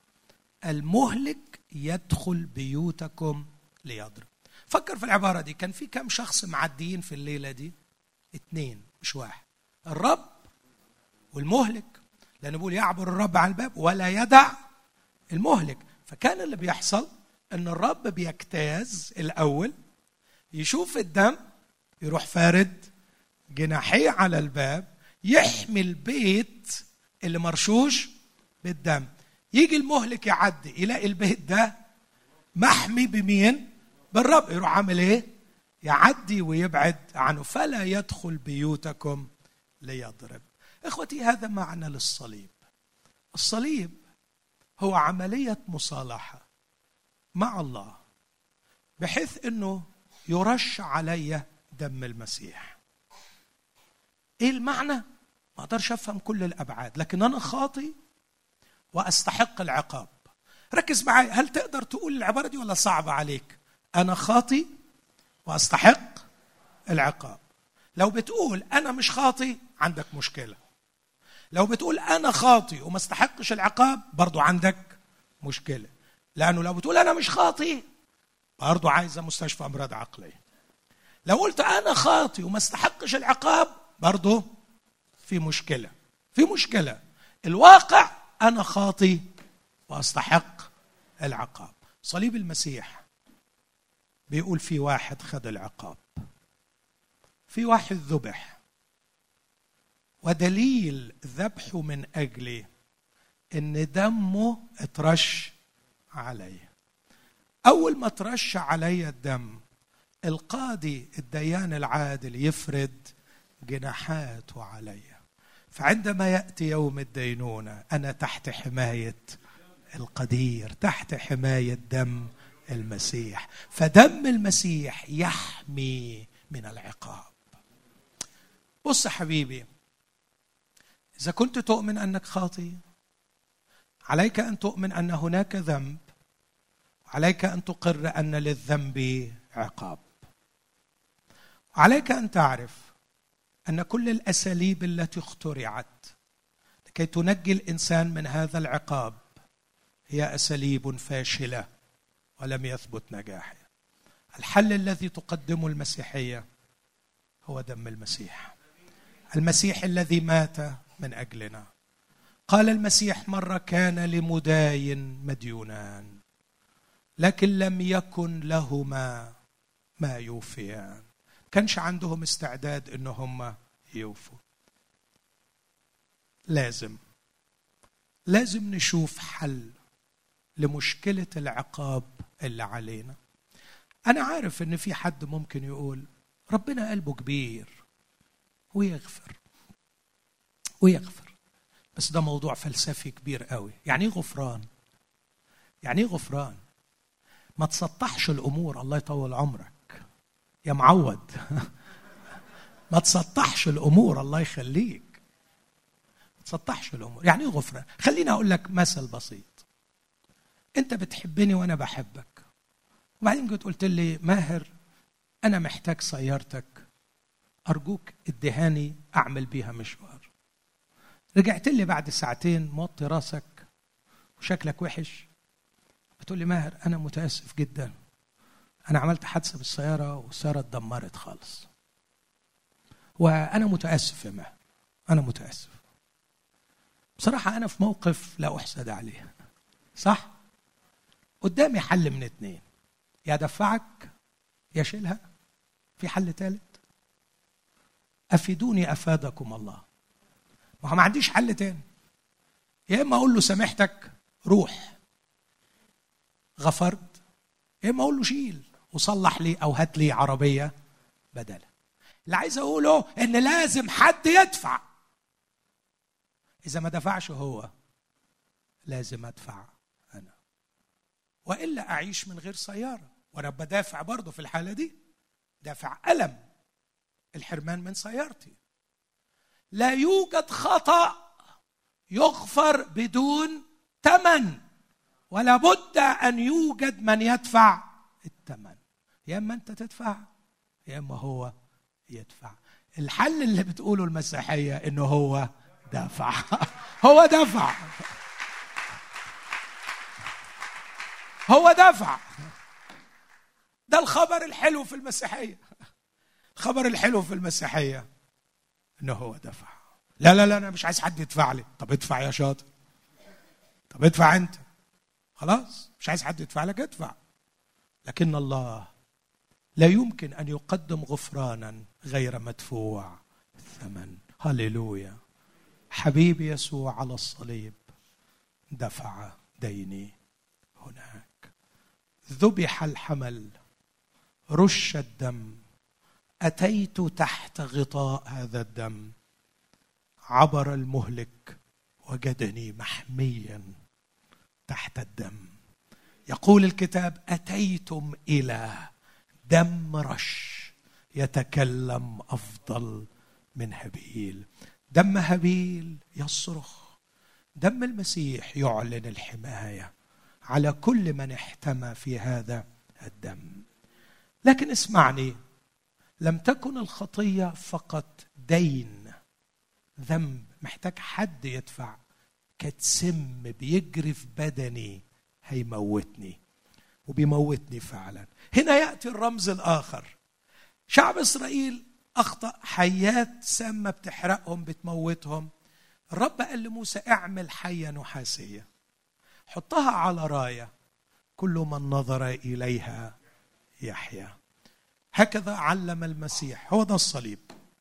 المهلك يدخل بيوتكم ليضرب. فكر في العبارة دي، كان في كم شخص معديين في الليلة دي؟ اتنين مش واحد، الرب والمهلك، لأنه بيقول يعبر الرب عن الباب ولا يدع المهلك. فكان اللي بيحصل أن الرب بيجتاز الأول، يشوف الدم، يروح فارد جناحيه على الباب، يحمي البيت اللي مرشوش بالدم. يجي المهلك يعدي يلاقي البيت ده محمي بمين؟ بالرب. يروح عامل ايه؟ يعدي ويبعد عنه. فلا يدخل بيوتكم ليضرب. اخوتي، هذا معنى للصليب. الصليب هو عملية مصالحة مع الله، بحيث انه يرش علي دم المسيح. ايه المعنى؟ ما اقدرش افهم كل الابعاد، لكن انا خاطي واستحق العقاب. ركز معي، هل تقدر تقول العبارة دي ولا صعبة عليك؟ انا خاطي واستحق العقاب. لو بتقول انا مش خاطي عندك مشكلة. لو بتقول انا خاطي وما استحقش العقاب برضو عندك مشكلة. لانه لو بتقول انا مش خاطي برضو عايزة مستشفى امراض عقلية. لو قلت انا خاطي وما استحقش العقاب برضو في مشكلة. في مشكلة. الواقع انا خاطي واستحق العقاب. صليب المسيح بيقول في واحد خد العقاب، في واحد ذبح، ودليل ذبحه من أجلي إن دمه اترش علي. أول ما ترش علي الدم، القاضي الديان العادل يفرد جناحاته علي. فعندما يأتي يوم الدينونة أنا تحت حماية القدير، تحت حماية دم المسيح. فدم المسيح يحمي من العقاب. بص حبيبي، إذا كنت تؤمن أنك خاطئ، عليك أن تؤمن أن هناك ذنب، عليك أن تقر أن للذنب عقاب. عليك أن تعرف أن كل الأساليب التي اخترعت لكي تنجي الإنسان من هذا العقاب هي أساليب فاشلة ولم يثبت نجاحها. الحل الذي تقدمه المسيحية هو دم المسيح، المسيح الذي مات من أجلنا. قال المسيح مرة كان لمداين مديونان لكن لم يكن لهما ما يوفيان. كانش عندهم استعداد إنهم يوفوا. لازم لازم نشوف حل لمشكلة العقاب اللي علينا. أنا عارف إن في حد ممكن يقول ربنا قلبه كبير ويغفر ويغفر، بس ده موضوع فلسفي كبير قوي. يعني ايه غفران؟ يعني ايه غفران؟ ما تسطحش الأمور، الله يطول عمرك يا معود. ما تسطحش الأمور، الله يخليك. ما تسطحش الأمور. يعني ايه غفران؟ خليني أقول لك مثل بسيط. أنت بتحبني وأنا بحبك، وبعدين جيت قلت لي ماهر أنا محتاج سيارتك، أرجوك ادهاني أعمل بيها مشوار. رجعت لي بعد ساعتين موطي راسك وشكلك وحش، بتقول لي ماهر أنا متأسف جدا، أنا عملت حادثة بالسيارة والسيارة اتدمرت خالص، وأنا متأسف يا ماهر، أنا متأسف. بصراحة أنا في موقف لا أحسد عليه، صح؟ قدامي حل من اتنين، يا دفعك يا شيلها. في حل ثالث؟ أفيدوني أفادكم الله. ما ما عنديش حل تاني. يا إما أقول له سامحتك روح غفرت، يا إما أقول له شيل وصلح لي أو هات لي عربية بدلها. اللي عايز أقوله إن لازم حد يدفع. إذا ما دفعش هو لازم أدفع أنا، وإلا أعيش من غير سيارة. وانا بدافع برضه في الحالة دي، دافع ألم الحرمان من سيارتي. لا يوجد خطأ يغفر بدون ثمن، ولا بد أن يوجد من يدفع الثمن. يا إما أنت تدفع يا إما هو يدفع. الحل اللي بتقوله المسيحية إنه هو دفع. هو دفع هو دفع. ده الخبر الحلو في المسيحية. الخبر الحلو في المسيحية إنه هو دفع. لا لا لا أنا مش عايز حد يدفع لي. طب ادفع يا شاطر. طب ادفع أنت. خلاص مش عايز حد يدفع لك، ادفع. لكن الله لا يمكن أن يقدم غفرانا غير مدفوع الثمن. هللويا. حبيبي يسوع على الصليب دفع ديني هناك. ذبح الحمل، رش الدم، أتيت تحت غطاء هذا الدم، عبر المهلك وجدني محميا تحت الدم. يقول الكتاب أتيتم إلى دم رش يتكلم أفضل من هابيل. دم هابيل يصرخ، دم المسيح يعلن الحماية على كل من احتمى في هذا الدم. لكن اسمعني، لم تكن الخطية فقط دين، ذنب محتاج حد يدفع. كانت سم بيجري في بدني هيموتني، وبيموتني فعلا. هنا يأتي الرمز الآخر. شعب إسرائيل أخطأ، حيات سامة بتحرقهم بتموتهم. الرب قال لموسى اعمل حية نحاسية، حطها على راية، كل من نظر إليها يحيا. هكذا علم المسيح. هو ده الصليب.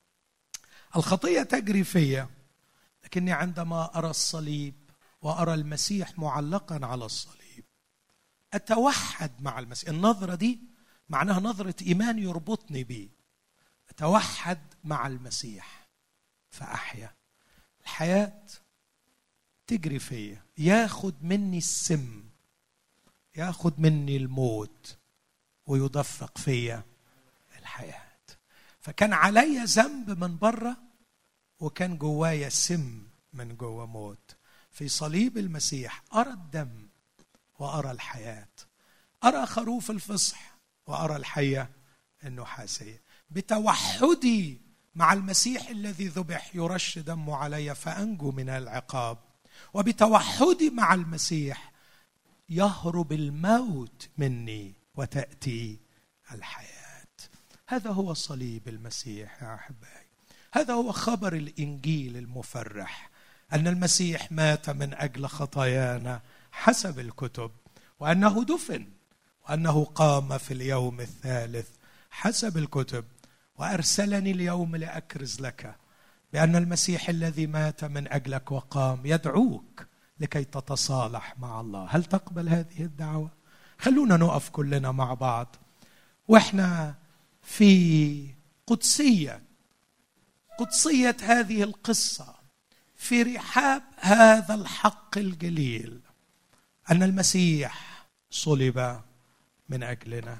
الخطية تجري فيا، لكني عندما أرى الصليب وأرى المسيح معلقا على الصليب أتوحد مع المسيح. النظرة دي معناها نظرة إيمان يربطني بيه. أتوحد مع المسيح فأحيا. الحياة تجري فيا، ياخد مني السم، ياخد مني الموت، ويدفق فيا الحياة. فكان علي ذنب من بره، وكان جوايا سم من جوا موت. في صليب المسيح أرى الدم وأرى الحياة، أرى خروف الفصح وأرى الحية النحاسية. بتوحدي مع المسيح الذي ذبح يرش دمه علي فأنجو من العقاب، وبتوحدي مع المسيح يهرب الموت مني وتأتي الحياة. هذا هو صليب المسيح يا أحبائي. هذا هو خبر الإنجيل المفرح، أن المسيح مات من أجل خطايانا حسب الكتب، وأنه دفن، وأنه قام في اليوم الثالث حسب الكتب، وأرسلني اليوم لأكرز لك بأن المسيح الذي مات من أجلك وقام يدعوك لكي تتصالح مع الله. هل تقبل هذه الدعوة؟ خلونا نقف كلنا مع بعض وإحنا في قدسية قدسية هذه القصة، في رحاب هذا الحق الجليل، أن المسيح صلب من أجلنا.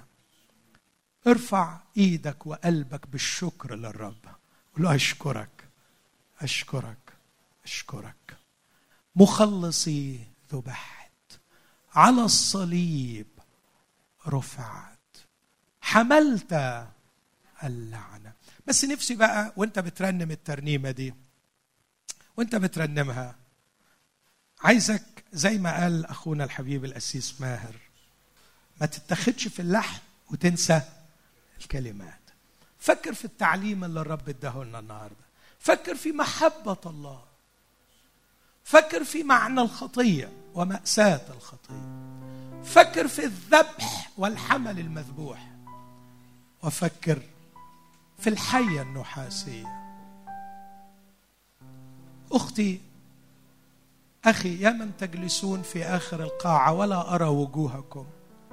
ارفع ايدك وقلبك بالشكر للرب، قل له أشكرك أشكرك أشكرك. مخلصي ذبحت، على الصليب رفعت، حملت اللعنة. بس نفسي بقى وانت بترنم الترنيمة دي، وانت بترنمها، عايزك زي ما قال أخونا الحبيب القسيس ماهر، ما تتخدش في اللحن وتنسى الكلمات. فكر في التعليم اللي الرب اداه لنا النهارده، فكر في محبة الله، فكر في معنى الخطية ومأساة الخطية، فكر في الذبح والحمل المذبوح، وفكر في الحية النحاسية. أختي أخي، يا من تجلسون في آخر القاعة ولا أرى وجوهكم،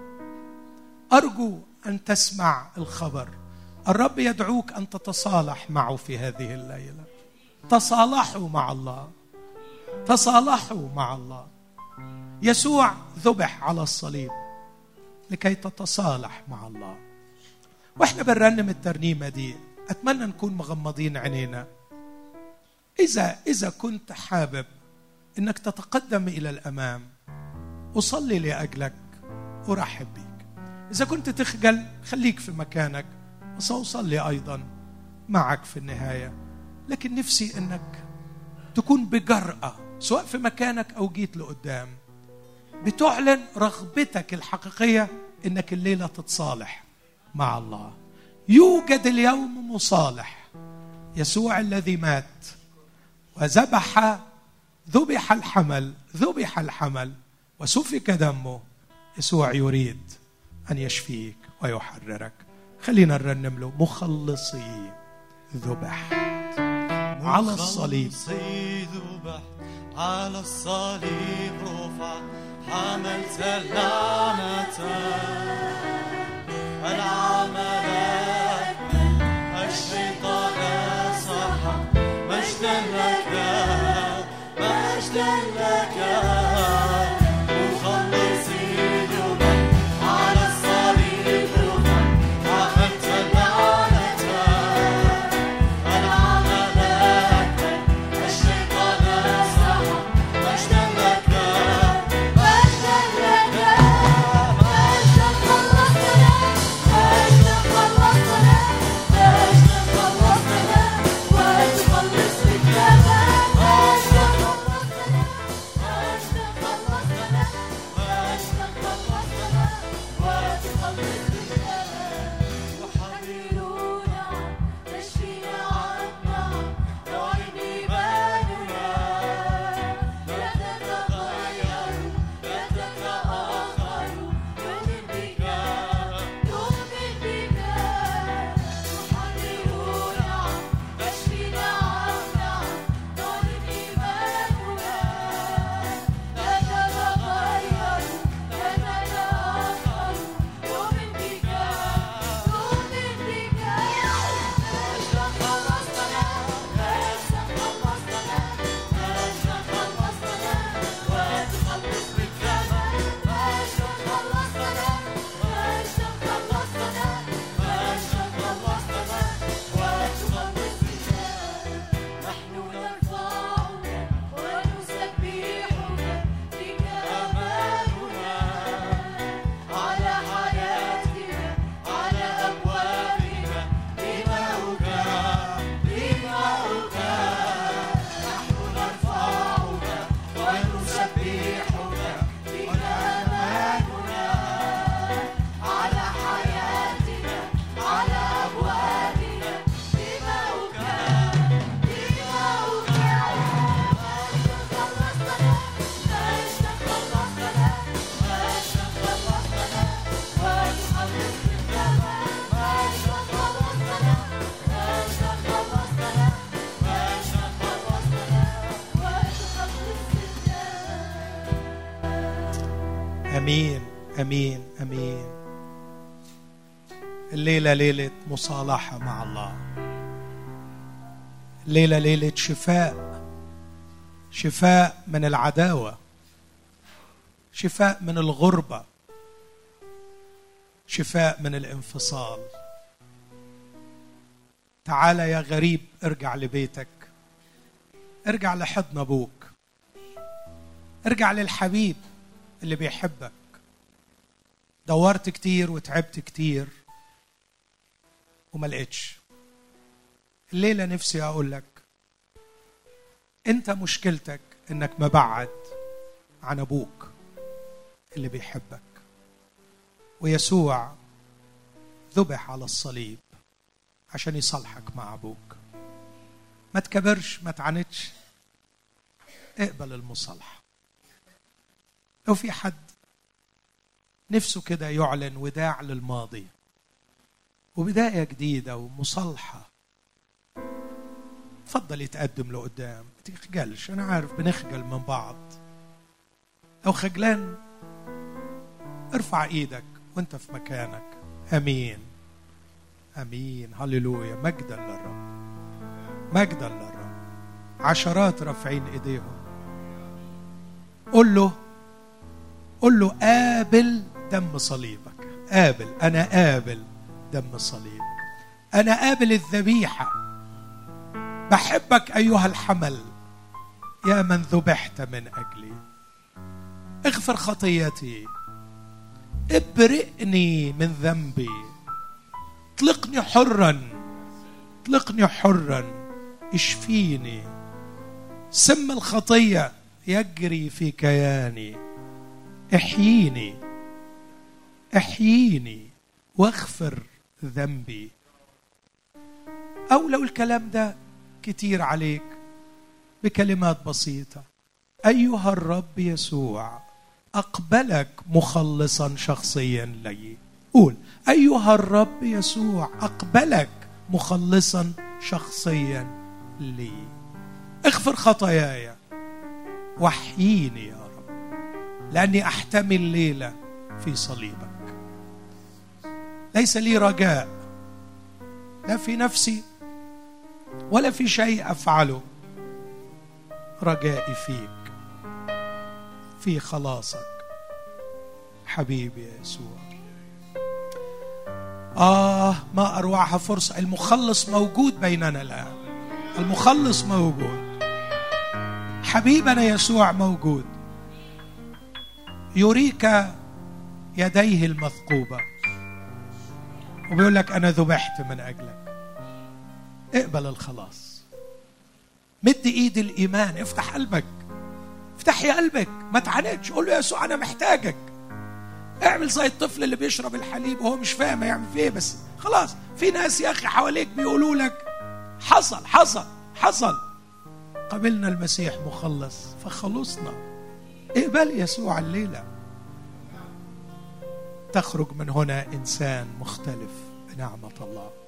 أرجو أن تسمع الخبر. الرب يدعوك أن تتصالح معه في هذه الليلة. تصالحوا مع الله، تصالحوا مع الله. يسوع ذبح على الصليب، لكي تتصالح مع الله. واحنا بنرنم الترنيمة دي أتمنى نكون مغمضين عينينا. إذا إذا كنت حابب إنك تتقدم إلى الأمام، أصلي لأجلك، أرحب بك. إذا كنت تخجل خليك في مكانك، وسأصلي أيضا معك في النهاية. لكن نفسي إنك تكون بجرأة، سواء في مكانك أو جيت لقدام، بتعلن رغبتك الحقيقية إنك الليلة تتصالح مع الله. يوجد اليوم مصالح، يسوع الذي مات وذبح، ذبح الحمل ذبح الحمل وسفك دمه. يسوع يريد أن يشفيك ويحررك. خلينا نرنم له: مخلصي ذبح على الصليب، ذبح على الصليب، رفع حملت اللعنة، العمل الشيطان سحق، مجدا لك مجدا لك. مخلصي ذبح على الصليب، رفع حملت اللعنة، العمل الشيطان سحق، مجدا لك مجدا لك. مجدا خلصتنا، مجدا خلصتنا، مجدا خلصتنا، وتخلص بالجمال. مجدا خلصتنا، مجدا خلصتنا، مجدا خلصتنا، وتخلص بالجمال. يحررنا، تشفينا عنا، نعلن إيماننا، لا تتغير، لا تتأخر، نؤمن بك، نؤمن بك. يحررنا، تشفينا عنا، نعلن إيماننا، لا تتغير، لا تتأخر، نؤمن بك، نؤمن بك. مجدا خلصتنا، مجدا خلصتنا، مجدا خلصتنا، وتخلص بالجمال. مجدا خلصتنا، مجدا خلصتنا، مجدا خلصتنا، وتخلص بالجمال. نحن نرفعك ونسبحك، بك أماننا، على حياتنا، على أبوابنا، دماؤك دماؤك. نحن نرفعك ونسبحك، بك أماننا، على حياتنا، على أبوابنا، دماؤك دماؤك. مجدا خلصتنا، مجدا خلصتنا، مجدا خلصتنا، وتخلص بالجمال. مجدا خلصتنا، مجدا خلصتنا، مجدا خلصتنا، وتخلص بالجمال. أمين أمين أمين. الليلة ليلة مصالحة مع الله، الليلة ليلة شفاء، شفاء من العداوة، شفاء من الغربة، شفاء من الانفصال. تعال يا غريب، ارجع لبيتك، ارجع لحضن أبوك، ارجع للحبيب اللي بيحبك. دورت كتير وتعبت كتير وما لقيتش. الليلة نفسي أقول لك، أنت مشكلتك إنك مبعد عن أبوك اللي بيحبك، ويسوع ذبح على الصليب عشان يصالحك مع أبوك. ما تكبرش، ما تعاندش، اقبل المصالحة. لو في حد نفسه كده يعلن وداع للماضي وبداية جديدة ومصالحة، فضل يتقدم لقدام. ما تخجلش، أنا عارف بنخجل من بعض. لو خجلان ارفع ايدك وانت في مكانك. امين امين. هللويا. مجدا للرب، مجدا للرب. عشرات رافعين ايديهم. قل له قل له قابل دم صليبك، قابل، أنا قابل دم الصليب، أنا قابل الذبيحة. بحبك أيها الحمل يا من ذبحت من أجلي. اغفر خطيتي، ابرئني من ذنبي، اطلقني حرا، اطلقني حرا، اشفيني. سم الخطية يجري في كياني، احييني احييني واغفر ذنبي. أو لو الكلام ده كتير عليك، بكلمات بسيطة: أيها الرب يسوع أقبلك مخلصا شخصيا لي. قول: أيها الرب يسوع أقبلك مخلصا شخصيا لي. اغفر خطاياي واحييني يا رب، لأني أحتمي الليلة في صليبك. ليس لي رجاء لا في نفسي ولا في شيء أفعله، رجائي فيك، في خلاصك حبيبي يا يسوع. آه ما أروعها فرصة، المخلص موجود بيننا الآن، المخلص موجود، حبيبنا يسوع موجود، يريك يديه المثقوبة وبيقول لك أنا ذبحت من أجلك. اقبل الخلاص، مد إيد الإيمان، افتح قلبك، افتحي قلبك، ما تعاندش، قول له يا يسوع أنا محتاجك. اعمل زي الطفل اللي بيشرب الحليب وهو مش فاهم يعمل فيه ايه، بس خلاص في ناس يا أخي حواليك بيقولوا لك حصل حصل حصل. قبلنا المسيح مخلص فخلصنا. اقبل يسوع الليلة، تخرج من هنا إنسان مختلف بنعمة الله.